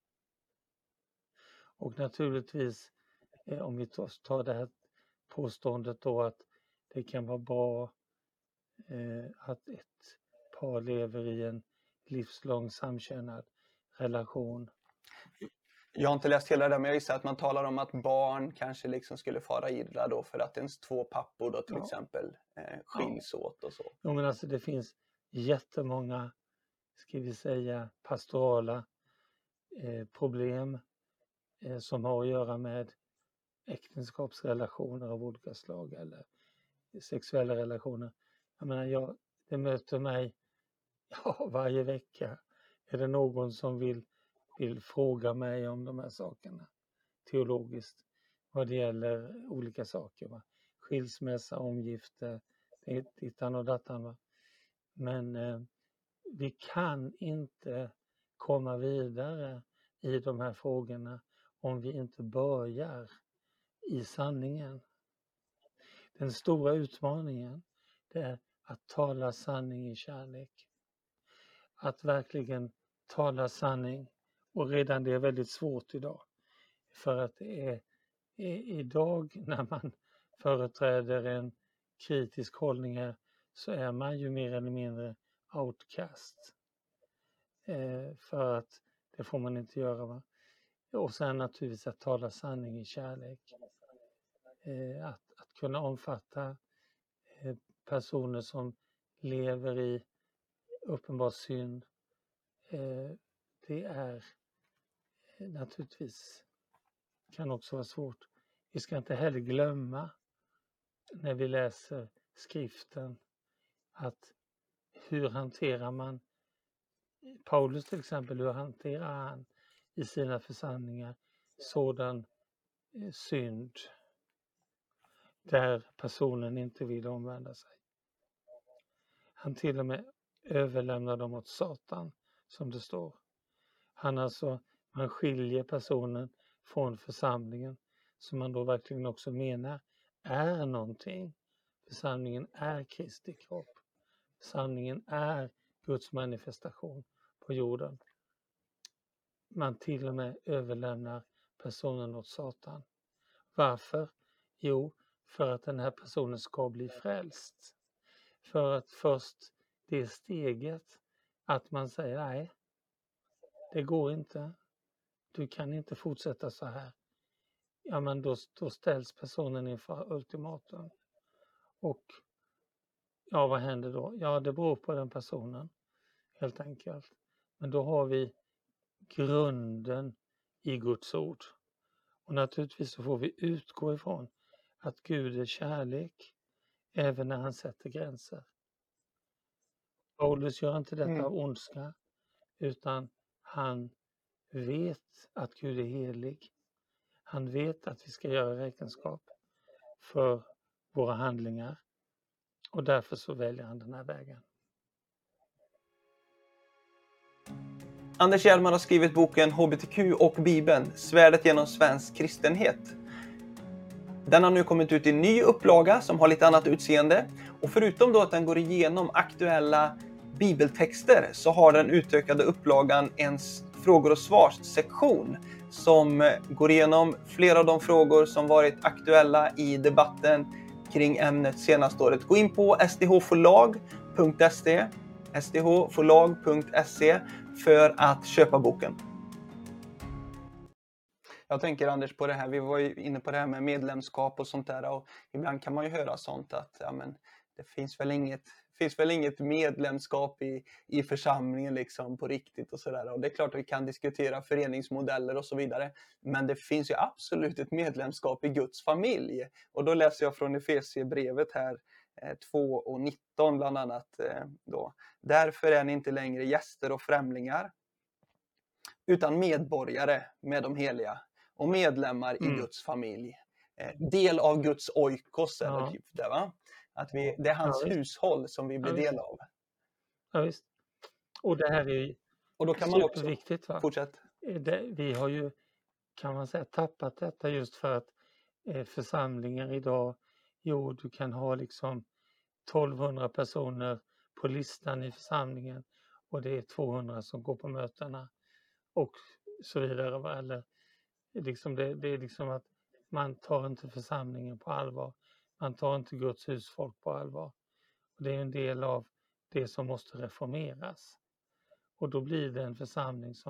Speaker 2: Och naturligtvis, eh, om vi tar det här påståendet då att det kan vara bra eh, att ett par lever i en livslång samkönad relation.
Speaker 1: Jag har inte läst hela det där, men jag gissar att man talar om att barn kanske liksom skulle fara illa då för att ens två pappor då till
Speaker 2: Ja.
Speaker 1: exempel eh, skiljs åt och så.
Speaker 2: Jo, men alltså det finns jättemånga, ska vi säga, pastorala eh, problem eh, som har att göra med äktenskapsrelationer av olika slag eller sexuella relationer. Jag menar, jag, det möter mig ja, varje vecka. Är det någon som vill, vill fråga mig om de här sakerna teologiskt vad det gäller olika saker. Va? Skilsmässa, omgifte, dittan och dattan. Va? Men eh, vi kan inte komma vidare i de här frågorna om vi inte börjar i sanningen. Den stora utmaningen det är att tala sanning i kärlek. Att verkligen tala sanning. Och redan det är väldigt svårt idag. För att det är, är idag när man företräder en kritisk hållning här så är man ju mer eller mindre outcast. Eh, för att det får man inte göra. Va? Och sen naturligtvis att tala sanning i kärlek. Eh, att, att kunna omfatta eh, personer som lever i uppenbar synd. Eh, det är eh, naturligtvis kan också vara svårt. Vi ska inte heller glömma när vi läser skriften att hur hanterar man Paulus till exempel, hur hanterar han i sina församlingar sådan eh, synd där personen inte vill omvända sig. Han till och med överlämnar dem åt Satan, som det står. Han alltså, man skiljer personen från församlingen, som man då verkligen också menar är någonting. Församlingen är Kristi kropp. Församlingen är Guds manifestation på jorden. Man till och med överlämnar personen åt Satan. Varför? Jo, för att den här personen ska bli frälst. För att först det steget att man säger nej, det går inte. Du kan inte fortsätta så här. Ja, men då, då ställs personen inför ultimatum. Och ja, vad händer då? Ja, det beror på den personen helt enkelt. Men då har vi grunden i Guds ord. Och naturligtvis så får vi utgå ifrån att Gud är kärlek även när han sätter gränser. Paulus gör inte detta
Speaker 1: Mm.
Speaker 2: av ondska, utan han vet att Gud är helig. Han vet att vi ska göra räkenskap för våra handlingar. Och därför så väljer han den här vägen.
Speaker 1: Anders Hjelmar har skrivit boken H B T Q och Bibeln, svärdet genom svensk kristenhet. Den har nu kommit ut i en ny upplaga som har lite annat utseende. Och förutom då att den går igenom aktuella bibeltexter så har den utökade upplagan en frågor och svars-sektion som går igenom flera av de frågor som varit aktuella i debatten kring ämnet senaste året. Gå in på s d h förlag punkt se s d h förlag punkt se för att köpa boken. Jag tänker Anders på det här, vi var ju inne på det här med medlemskap och sånt där och ibland kan man ju höra sånt att ja, men det finns väl inget, finns väl inget medlemskap i, i församlingen liksom på riktigt och sådär. Och det är klart att vi kan diskutera föreningsmodeller och så vidare. Men det finns ju absolut ett medlemskap i Guds familj. Och då läser jag från Efesierbrevet här eh, två och nitton bland annat. Eh, då. Därför är ni inte längre gäster och främlingar utan medborgare med de heliga och medlemmar
Speaker 2: Mm.
Speaker 1: i Guds familj. Eh, del av Guds oikos eller
Speaker 2: Ja.
Speaker 1: typ det va? Att vi, det är hans
Speaker 2: Ja, visst.
Speaker 1: hushåll som vi blir
Speaker 2: Ja, visst.
Speaker 1: del av.
Speaker 2: Ja, visst. Och det här är ju
Speaker 1: Och då kan man också
Speaker 2: superviktigt. Va?
Speaker 1: fortsätta.
Speaker 2: Det, vi har ju, kan man säga, tappat detta just för att eh, församlingar idag, jo du kan ha liksom tolvhundra personer på listan i församlingen och det är tvåhundra som går på mötena och så vidare. Va? Eller, liksom det, det är liksom att man tar inte församlingen på allvar. Man tar inte Guds husfolk på allvar. Och det är en del av det som måste reformeras. Och då blir det en församling som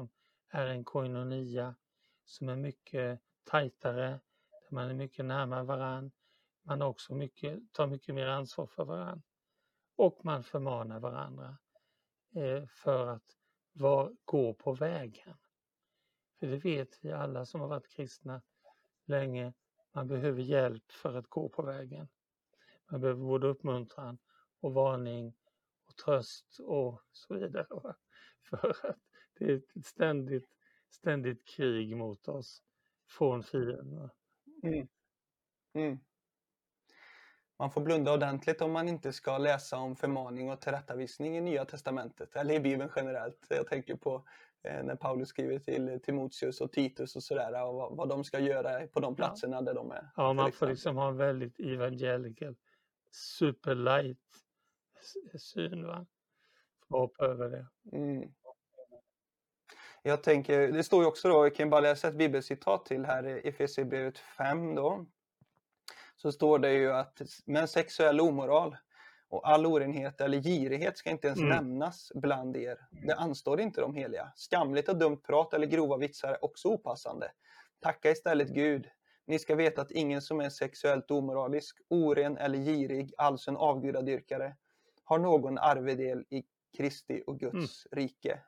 Speaker 2: är en koinonia som är mycket tajtare, där man är mycket närmare varann. Man också mycket, tar mycket mer ansvar för varann. Och man förmanar varandra eh, för att var, gå på vägen. För det vet vi alla som har varit kristna länge. Man behöver hjälp för att gå på vägen. Man behöver både uppmuntran och varning och tröst och så vidare. För att det är ett ständigt, ständigt krig mot oss från fienden.
Speaker 1: Mm. Mm. Man får blunda ordentligt om man inte ska läsa om förmaning och tillrättavisning i Nya testamentet, eller i Bibeln generellt. Jag tänker på eh, när Paulus skriver till Timoteus och Titus och sådär, och vad, vad de ska göra på de platserna ja. där de är.
Speaker 2: Ja, man får liksom ha en väldigt evangelical, superlight syn, va? Hoppa över det.
Speaker 1: Mm. Jag tänker, det står ju också då, jag kan bara läsa ett bibelcitat till här i Efesierbrevet fem då. Så står det ju att men sexuell omoral och all orenhet eller girighet ska inte ens mm. nämnas bland er. Det anstår inte de heliga. Skamligt och dumt prat eller grova vitsar är också opassande. Tacka istället Gud. Ni ska veta att ingen som är sexuellt omoralisk, oren eller girig, alltså en avgudadyrkare, har någon arvedel i Kristi och Guds mm. rike.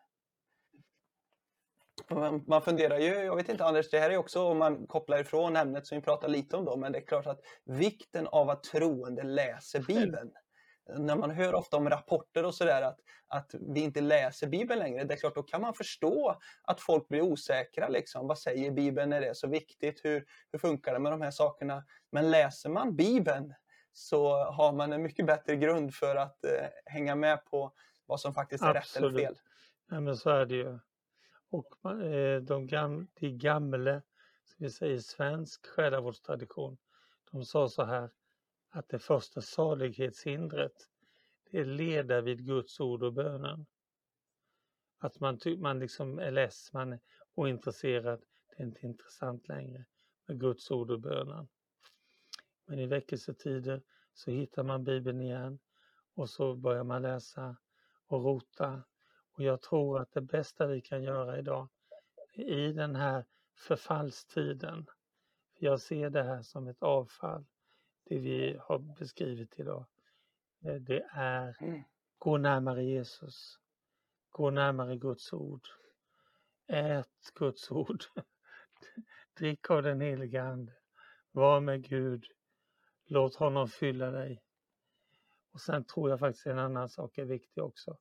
Speaker 1: Man funderar ju, jag vet inte Anders, det här är också om man kopplar ifrån ämnet som vi pratar lite om då, men det är klart att vikten av att troende läser Bibeln. När man hör ofta om rapporter och sådär att, att vi inte läser Bibeln längre, det är klart då kan man förstå att folk blir osäkra liksom. Vad säger Bibeln, är det så viktigt? Hur, hur funkar det med de här sakerna? Men läser man Bibeln så har man en mycket bättre grund för att eh, hänga med på vad som faktiskt är Absolut. rätt eller fel.
Speaker 2: Ja, men så är det ju. Och eh, de, gam, de gamla, som vi säger svensk själavårdstradition, de sa så här att det första salighetshindret, det är leda vid Guds ord och bönen. Att man, man liksom är less, man är ointresserad, det är inte intressant längre med Guds ord och bönen. Men i väckelsetider så hittar man Bibeln igen och så börjar man läsa och rota. Och jag tror att det bästa vi kan göra idag i den här förfallstiden, för jag ser det här som ett avfall, det vi har beskrivit idag, det är gå närmare Jesus, gå närmare Guds ord, ät Guds ord, drick av den heliga ande, var med Gud, låt honom fylla dig. Och sen tror jag faktiskt en annan sak är viktig också.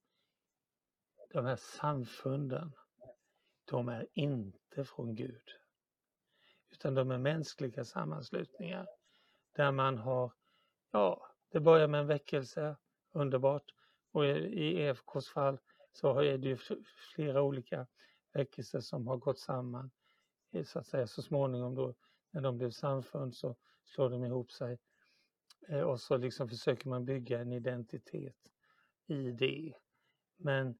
Speaker 2: De här samfunden, de är inte från Gud. Utan de är mänskliga sammanslutningar. Där man har, ja, det börjar med en väckelse, underbart. Och i E F K:s fall så är det ju flera olika väckelser som har gått samman. Så att säga så småningom då, när de blev samfund så slår de ihop sig. Och så liksom försöker man bygga en identitet i det. Men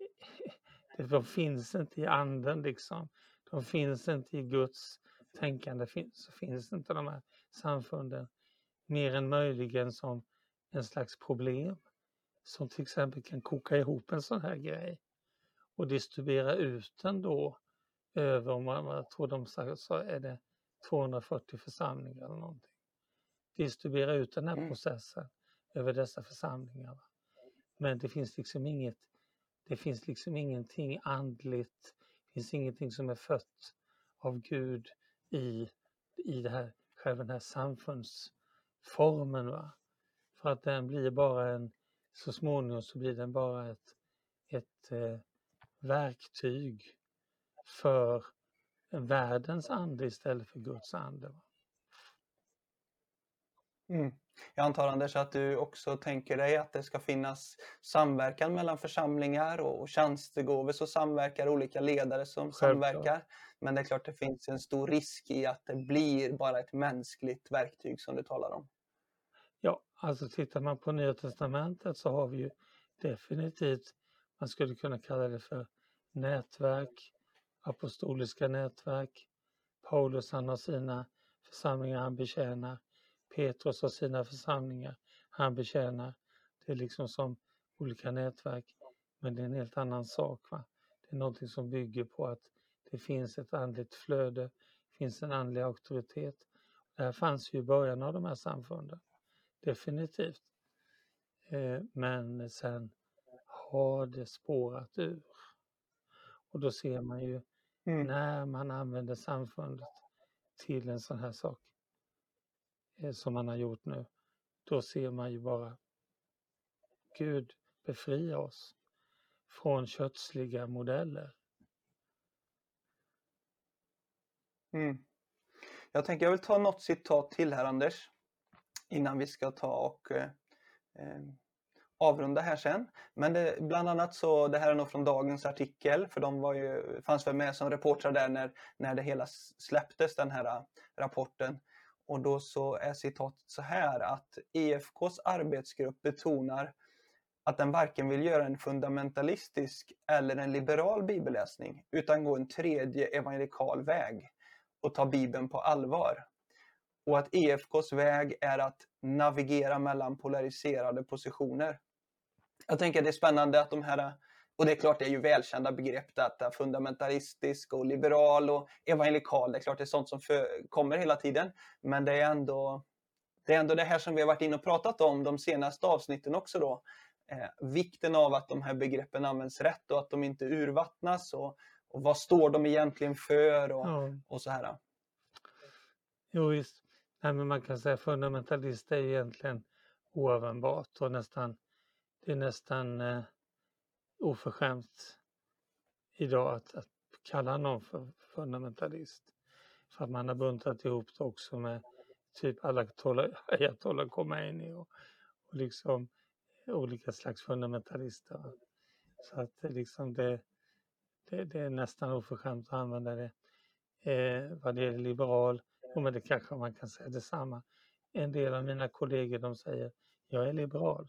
Speaker 2: de finns inte i anden liksom. De finns inte i Guds tänkande. Så finns inte de här samfunden. Mer än möjligen som en slags problem. Som till exempel kan koka ihop en sån här grej. Och distribuera ut den då. Över, om man jag tror de sa, så är det tvåhundrafyrtio församlingar eller någonting. Distribuera ut den här mm. processen över dessa församlingar. Men det finns liksom inget Det finns liksom ingenting andligt, det finns ingenting som är fött av Gud i, i det här, själva den här samfundsformen. Va? För att den blir bara en, så småningom så blir den bara ett, ett eh, verktyg för världens ande istället för Guds ande. Va?
Speaker 1: Mm. Jag antar Anders att du också tänker dig att det ska finnas samverkan mellan församlingar och tjänstegåvor som samverkar, olika ledare som Självklart. samverkar. Men det är klart det finns en stor risk i att det blir bara ett mänskligt verktyg som du talar om.
Speaker 2: Ja, alltså tittar man på Nya testamentet så har vi ju definitivt, man skulle kunna kalla det för nätverk, apostoliska nätverk. Paulus han har sina församlingar han betjänar. Petrus har sina församlingar han betjänar. Det är liksom som olika nätverk. Men det är en helt annan sak. Va? Det är någonting som bygger på att det finns ett andligt flöde, det finns en andlig auktoritet. Det här fanns ju i början av de här samfunden, definitivt. Eh, men sen har det spårat ur. Och då ser man ju
Speaker 1: Mm.
Speaker 2: när man använder samfundet till en sån här sak eh, som man har gjort nu, då ser man ju bara Gud befria oss från kötsliga modeller.
Speaker 1: Mm. Jag tänker jag vill ta något citat till här, Anders, innan vi ska ta och eh, eh, avrunda här sen. Men det, bland annat så, det här är nog från dagens artikel, för de var ju, fanns väl med som reportrar där när, när det hela släpptes, den här uh, rapporten. Och då så är citatet så här att E F K:s arbetsgrupp betonar att den varken vill göra en fundamentalistisk eller en liberal bibelläsning, utan gå en tredje evangelikal väg och ta Bibeln på allvar. Och att E F K:s väg är att navigera mellan polariserade positioner. Jag tänker att det är spännande att de här, och det är klart det är ju välkända begrepp, att fundamentalistisk och liberal och evangelikal, det är klart det är sånt som för, kommer hela tiden. Men det är ändå det är ändå det här som vi har varit inne och pratat om de senaste avsnitten också då. Eh, vikten av att de här begreppen används rätt och att de inte urvattnas, och, och vad står de egentligen för och,
Speaker 2: Ja.
Speaker 1: och så här.
Speaker 2: Jo visst, nej, men man kan säga att fundamentalist är egentligen oanvändbart och nästan, det är nästan eh, oförskämt idag att, att kalla någon för fundamentalist. För att man har buntat ihop det också med typ Ayatollah Khomeini och, och liksom olika slags fundamentalister. Så att det, liksom det, det, det är nästan oförskämt att använda det. Eh, vad det är liberal, och men det kanske man kan säga detsamma. En del av mina kollegor de säger jag är liberal.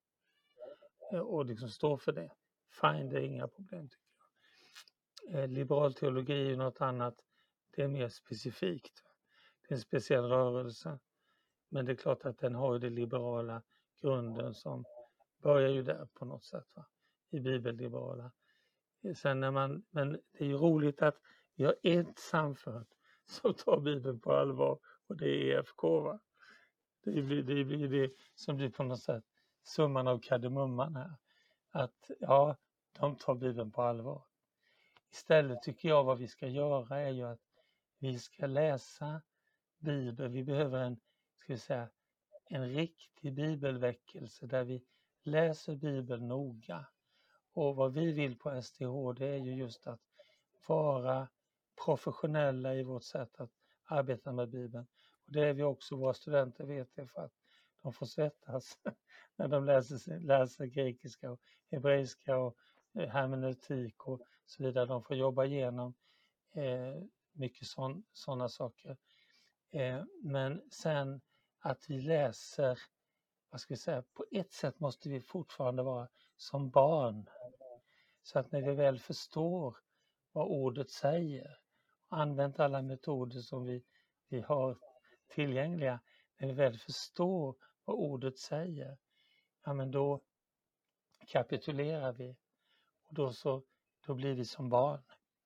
Speaker 2: Eh, och liksom står för det. Fine, det är inga problem tycker jag. Eh, liberal teologi är ju något annat. Det är mer specifikt. Det är en speciell rörelse. Men det är klart att den har ju det liberala grunden som börjar ju där på något sätt, va? I bibelliberala. Sen när man, men det är ju roligt att vi har ett samfund som tar Bibeln på allvar, och det är E F K, va? Det blir det, blir det som blir på något sätt summan av kardemumman här. Att ja, de tar Bibeln på allvar. Istället tycker jag vad vi ska göra är ju att vi ska läsa Bibeln. Vi behöver en, ska vi säga, en riktig bibelväckelse där vi läser Bibeln noga. Och vad vi vill på S T H, det är ju just att vara professionella i vårt sätt att arbeta med Bibeln. Och det är vi också, våra studenter vet det, för att de får svettas när de läser, läser grekiska och hebreiska och hermeneutik och så vidare. De får jobba igenom eh, mycket sådana saker. Eh, men sen att vi läser, vad ska vi säga, på ett sätt måste vi fortfarande vara som barn. Så att när vi väl förstår vad ordet säger, använt alla metoder som vi, vi har tillgängliga, när vi väl förstår vad ordet säger, ja men då kapitulerar vi. Och då, så, då blir vi som barn.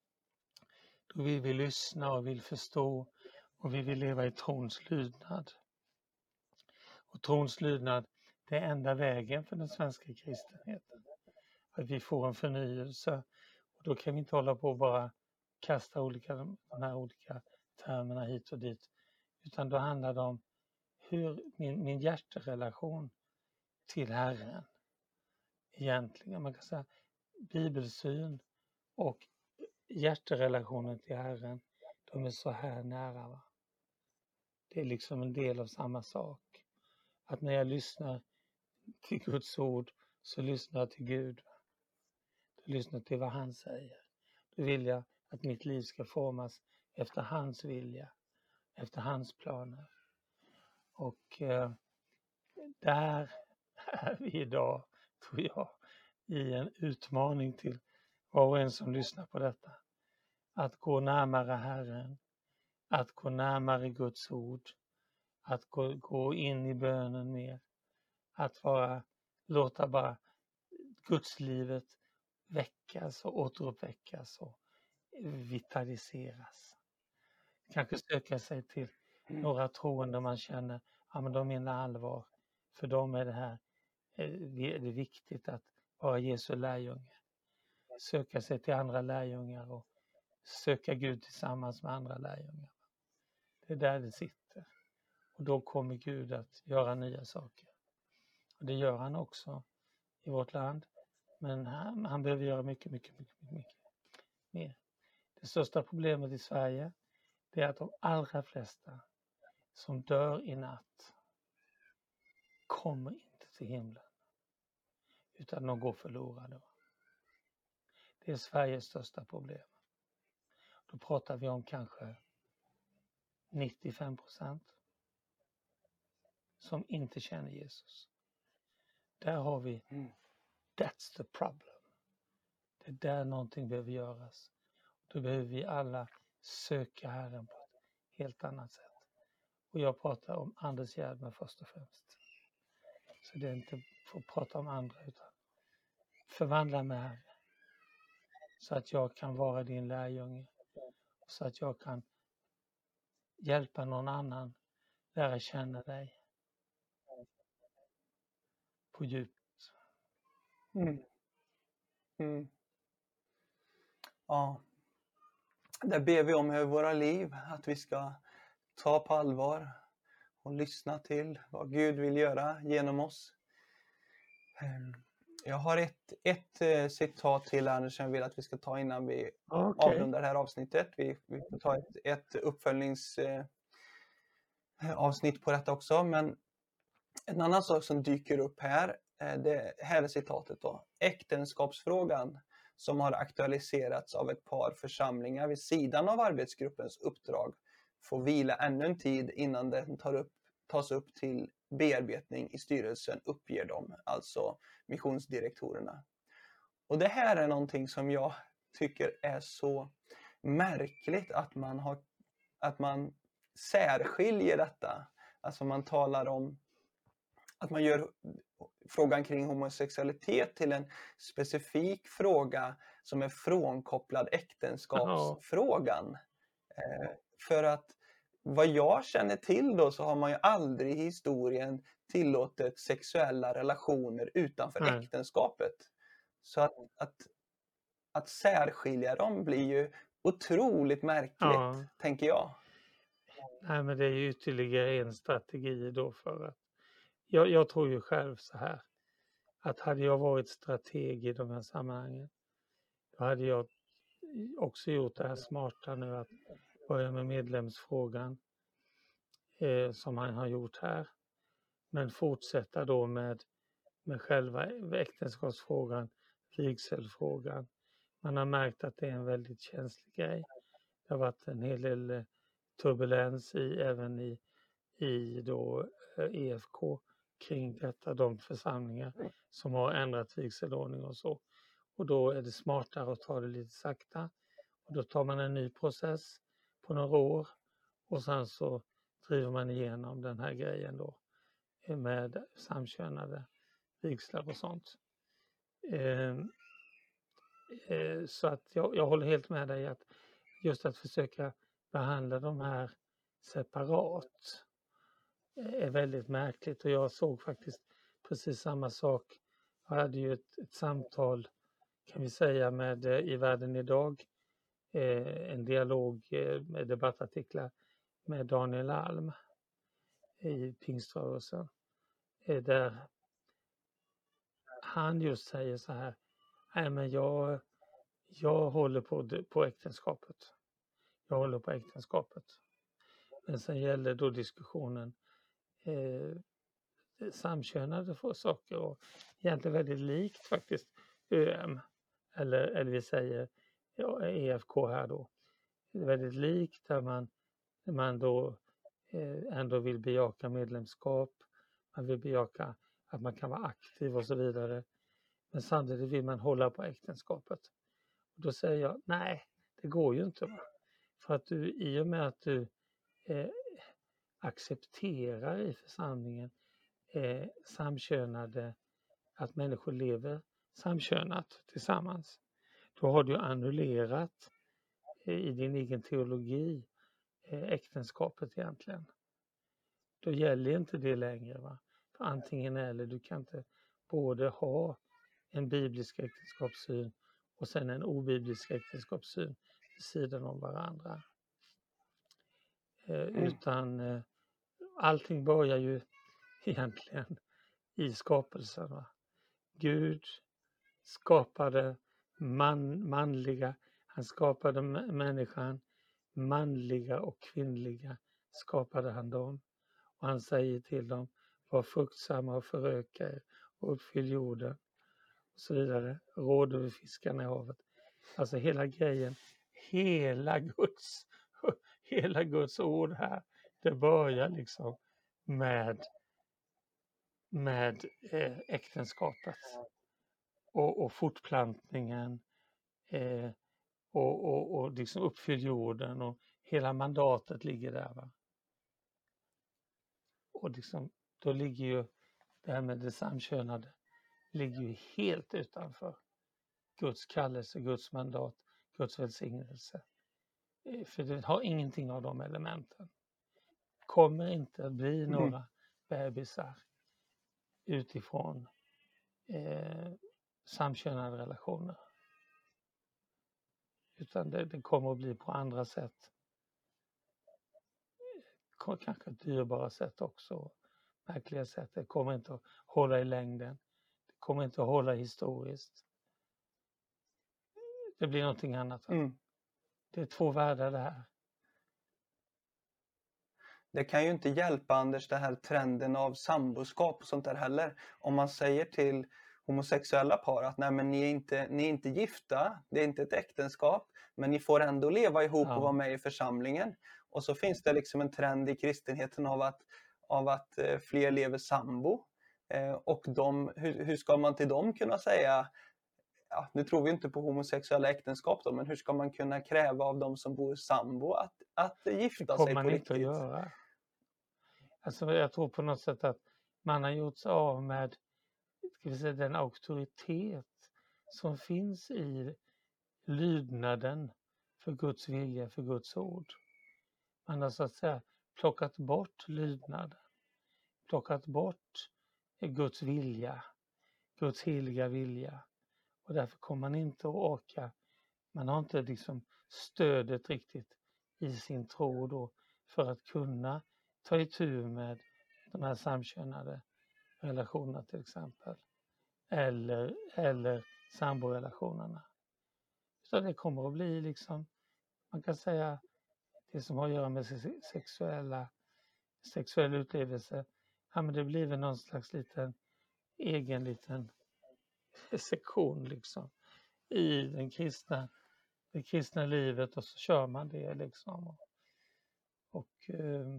Speaker 2: Då vill vi lyssna och vill förstå och vi vill leva i trons lydnad. Och trons lydnad, det är enda vägen för den svenska kristenheten. Att vi får en förnyelse. Och då kan vi inte hålla på och bara kasta olika, de här olika termerna hit och dit. Utan då handlar det om hur min, min hjärterelation till Herren egentligen. Man kan säga bibelsyn och hjärterelationen till Herren, de är så här nära, va? Det är liksom en del av samma sak. Att när jag lyssnar till Guds ord så lyssnar jag till Gud. Då lyssnar jag till vad han säger. Då vill jag att mitt liv ska formas efter hans vilja, efter hans planer. Och eh, där är vi idag, tror jag, i en utmaning till var och en som lyssnar på detta. Att gå närmare Herren, att gå närmare Guds ord, att gå, gå in i bönen mer, att vara, låta bara Guds livet väckas och återuppväckas och vitaliseras. Kanske söka sig till
Speaker 1: Mm.
Speaker 2: några troende man känner, ja men de menar allvar. För dem är det här eh, det är viktigt att vara Jesu lärjunge. Söka sig till andra lärjungar och söka Gud tillsammans med andra lärjungar. Det är där det sitter. Och då kommer Gud att göra nya saker. Och det gör han också i vårt land. Men han, han behöver göra mycket, mycket, mycket, mycket mer. Det största problemet i Sverige, det är att de allra flesta som dör i natt kommer inte till himlen. Utan de går förlorade. Det är Sveriges största problem. Då pratar vi om kanske nittiofem procent som inte känner Jesus. Där har vi,
Speaker 1: Mm.
Speaker 2: that's the problem. Det är där någonting behöver göras. Då behöver vi alla söka Herren på ett helt annat sätt. Och jag pratar om Anders Gärdner först och främst. Så det är inte för att prata om andra utan förvandla mig Herre. Så att jag kan vara din lärjunge. Så att jag kan hjälpa någon annan lära känna dig på djupet.
Speaker 1: Mm. Mm. Ja. Där ber vi om över våra liv att vi ska ta på allvar och lyssna till vad Gud vill göra genom oss. Ehm, Jag har ett, ett eh, citat till här som jag vill att vi ska ta innan vi
Speaker 2: Okej.
Speaker 1: avrundar det här avsnittet. Vi, vi får ta ett, ett uppföljningsavsnitt eh, avsnitt på detta också. Men en annan sak som dyker upp här, eh, det här är citatet då. Äktenskapsfrågan som har aktualiserats av ett par församlingar vid sidan av arbetsgruppens uppdrag får vila ännu en tid innan den tar upp, tas upp till bearbetning i styrelsen, uppger de, alltså missionsdirektorerna. Och det här är någonting som jag tycker är så märkligt att man, har, att man särskiljer detta. Alltså man talar om att man gör frågan kring homosexualitet till en specifik fråga som är frånkopplad äktenskapsfrågan. Eh, för att vad jag känner till då så har man ju aldrig i historien tillåtit sexuella relationer utanför
Speaker 2: Nej.
Speaker 1: äktenskapet. Så att, att, att särskilja dem blir ju otroligt märkligt,
Speaker 2: Ja.
Speaker 1: tänker jag.
Speaker 2: Nej, men det är ju ytterligare en strategi då för att jag, jag tror ju själv så här att hade jag varit strateg i de här sammanhangen då hade jag också gjort det här smarta nu att börja med medlemsfrågan eh, som han har gjort här, men fortsätta då med, med själva äktenskapsfrågan, vigselfrågan. Man har märkt att det är en väldigt känslig grej. Det har varit en hel del eh, turbulens i, även i, i då, eh, E F K kring detta, de församlingar som har ändrat vigselordning och så. Och då är det smartare att ta det lite sakta. Och då tar man en ny process på några år och sen så driver man igenom den här grejen då med samkönade vigslar och sånt. Eh, eh, så att jag, jag håller helt med dig att just att försöka behandla de här separat är väldigt märkligt. Och jag såg faktiskt precis samma sak. Jag hade ju ett, ett samtal kan vi säga med eh, i världen idag. Eh, en dialog eh, med debattartiklar med Daniel Alm i pingströrelsen. Eh, där han just säger så här. Nej men jag, jag håller på, på äktenskapet. Jag håller på äktenskapet. Men sen gäller då diskussionen eh, samkönade för saker och egentligen väldigt likt faktiskt Ö M eller, eller vi säger ja, E F K här då. Det är väldigt likt där man, där man då eh, ändå vill bejaka medlemskap, man vill bejaka att man kan vara aktiv och så vidare. Men samtidigt vill man hålla på äktenskapet. Och då säger jag, nej, det går ju inte. Va? För att du, i och med att du eh, accepterar i församlingen eh, samkönade, att människor lever samkönat tillsammans. Då har du annullerat i din egen teologi äktenskapet egentligen. Då gäller inte det längre. Va? För antingen eller, du kan inte både ha en biblisk äktenskapssyn och sen en obiblisk äktenskapssyn vid sidan om varandra. Eh,
Speaker 1: Mm.
Speaker 2: Utan eh, allting börjar ju egentligen i skapelsen. Va? Gud skapade man, manliga, han skapade människan, manliga och kvinnliga skapade han dem. Och han säger till dem, var fruktsamma och föröka er och uppfyll jorden och så vidare. Råd över fiskarna i havet. Alltså hela grejen, hela Guds, hela Guds ord här, det börjar liksom med, med eh, äktenskapet och, och fortplantningen eh, och, och, och liksom uppfyll jorden och hela mandatet ligger där. Va? Och liksom, då ligger ju det här med det samkönade ligger ju helt utanför Guds kallelse, Guds mandat, Guds välsignelse. För det har ingenting av de elementen. Kommer inte att bli några mm. bebisar utifrån eh, samkönade relationer. Utan det, det kommer att bli på andra sätt. Kanske dyrbara sätt också. Märkliga sätt. Det kommer inte att hålla i längden. Det kommer inte att hålla historiskt. Det blir någonting annat. Mm. Det är två världar det här.
Speaker 1: Det kan ju inte hjälpa, Anders, det här trenden av samboskap och sånt där heller. Om man säger till homosexuella par att nej, men ni är inte, ni är inte gifta, det är inte ett äktenskap, men ni får ändå leva ihop ja. och vara med i församlingen. Och så finns det liksom en trend i kristenheten av att, av att eh, fler lever sambo. Eh, och de, hur, hur ska man till dem kunna säga, ja, nu tror vi inte på homosexuella äktenskap då, men hur ska man kunna kräva av de som bor sambo att, att gifta sig på
Speaker 2: man
Speaker 1: riktigt?
Speaker 2: Inte att göra. Alltså jag tror på något sätt att man har gjort sig av med, ska vi säga, den auktoritet som finns i lydnaden för Guds vilja, för Guds ord. Man har så att säga plockat bort lydnaden, plockat bort Guds vilja, Guds heliga vilja. Och därför kommer man inte att orka, man har inte liksom stödet riktigt i sin tro då för att kunna ta itu med de här samkönade relationerna till exempel. Eller, eller samborelationerna. Så det kommer att bli liksom, man kan säga, det som har att göra med sexuella, sexuell utlevelse. Ja, men det blir väl någon slags liten, egen liten sektion liksom i den kristna, det kristna livet, och så kör man det liksom. Och, och eh,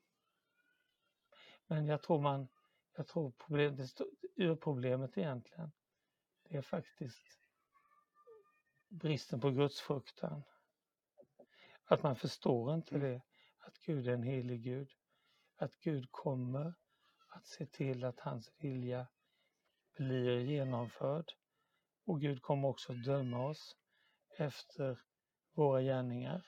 Speaker 2: men jag tror man, jag tror problem, det ur problemet egentligen, det är faktiskt bristen på gudsfruktan. Att man förstår inte det, att Gud är en helig Gud. Att Gud kommer att se till att hans vilja blir genomförd. Och Gud kommer också att döma oss efter våra gärningar.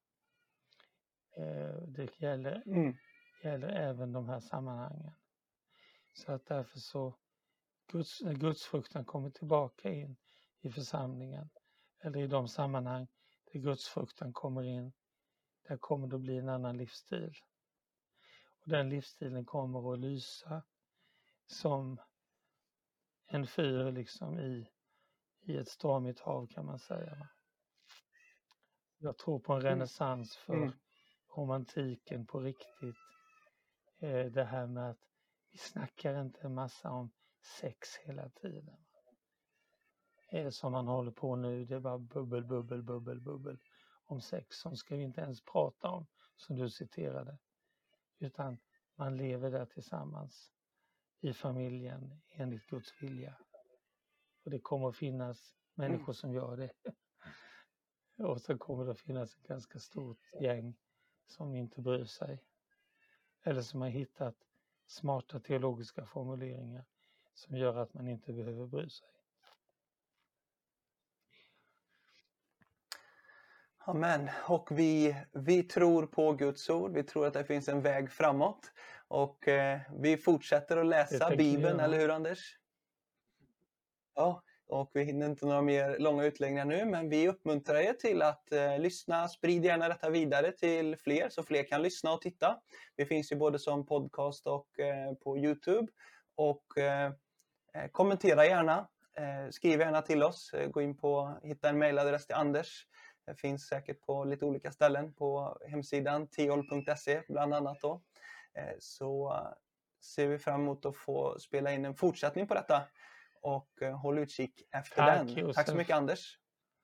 Speaker 2: Det gäller, mm. gäller även de här sammanhangen. Så att därför så, Guds, när gudsfruktan kommer tillbaka in i församlingen, eller i de sammanhang där gudsfruktan kommer in, där kommer det bli en annan livsstil. Och den livsstilen kommer att lysa som en fyr liksom i, i ett stormigt hav, kan man säga. Jag tror på en renässans för mm. romantiken på riktigt. Eh, det här med att vi snackar inte en massa om sex hela tiden. Eh, som man håller på nu, det är bara bubbel, bubbel, bubbel, bubbel om sex. Som ska vi inte ens prata om, som du citerade. Utan man lever där tillsammans i familjen enligt Guds vilja. Och det kommer att finnas människor som gör det. Och så kommer det att finnas ett ganska stort gäng som inte bryr sig. Eller som har hittat smarta teologiska formuleringar som gör att man inte behöver bry sig.
Speaker 1: Amen. Och vi, vi tror på Guds ord. Vi tror att det finns en väg framåt. Och eh, vi fortsätter att läsa Bibeln, eller hur Anders? Ja, och vi hinner inte några mer långa utläggningar nu, men vi uppmuntrar er till att eh, lyssna. Sprid gärna detta vidare till fler, så fler kan lyssna och titta. Vi finns ju både som podcast och eh, på YouTube. Och eh, kommentera gärna, eh, skriv gärna till oss. Gå in på, hitta en mejladress till Anders. Det finns säkert på lite olika ställen på hemsidan tiol punkt se bland annat då. Eh, så uh, ser vi fram emot att få spela in en fortsättning på detta. Och uh, håll utkik efter
Speaker 2: Tack,
Speaker 1: den.
Speaker 2: Josef.
Speaker 1: Tack så mycket Anders.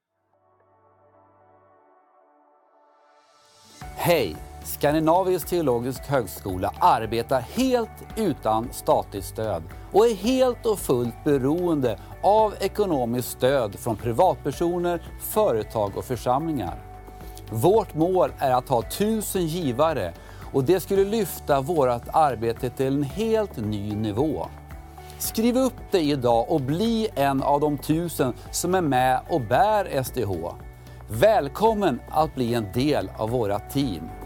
Speaker 3: Hej! Skandinavisk teologisk högskola arbetar helt utan statligt stöd och är helt och fullt beroende av ekonomiskt stöd från privatpersoner, företag och församlingar. Vårt mål är att ha tusen givare och det skulle lyfta vårt arbete till en helt ny nivå. Skriv upp dig idag och bli en av de tusen som är med och bär S D H. Välkommen att bli en del av våra team.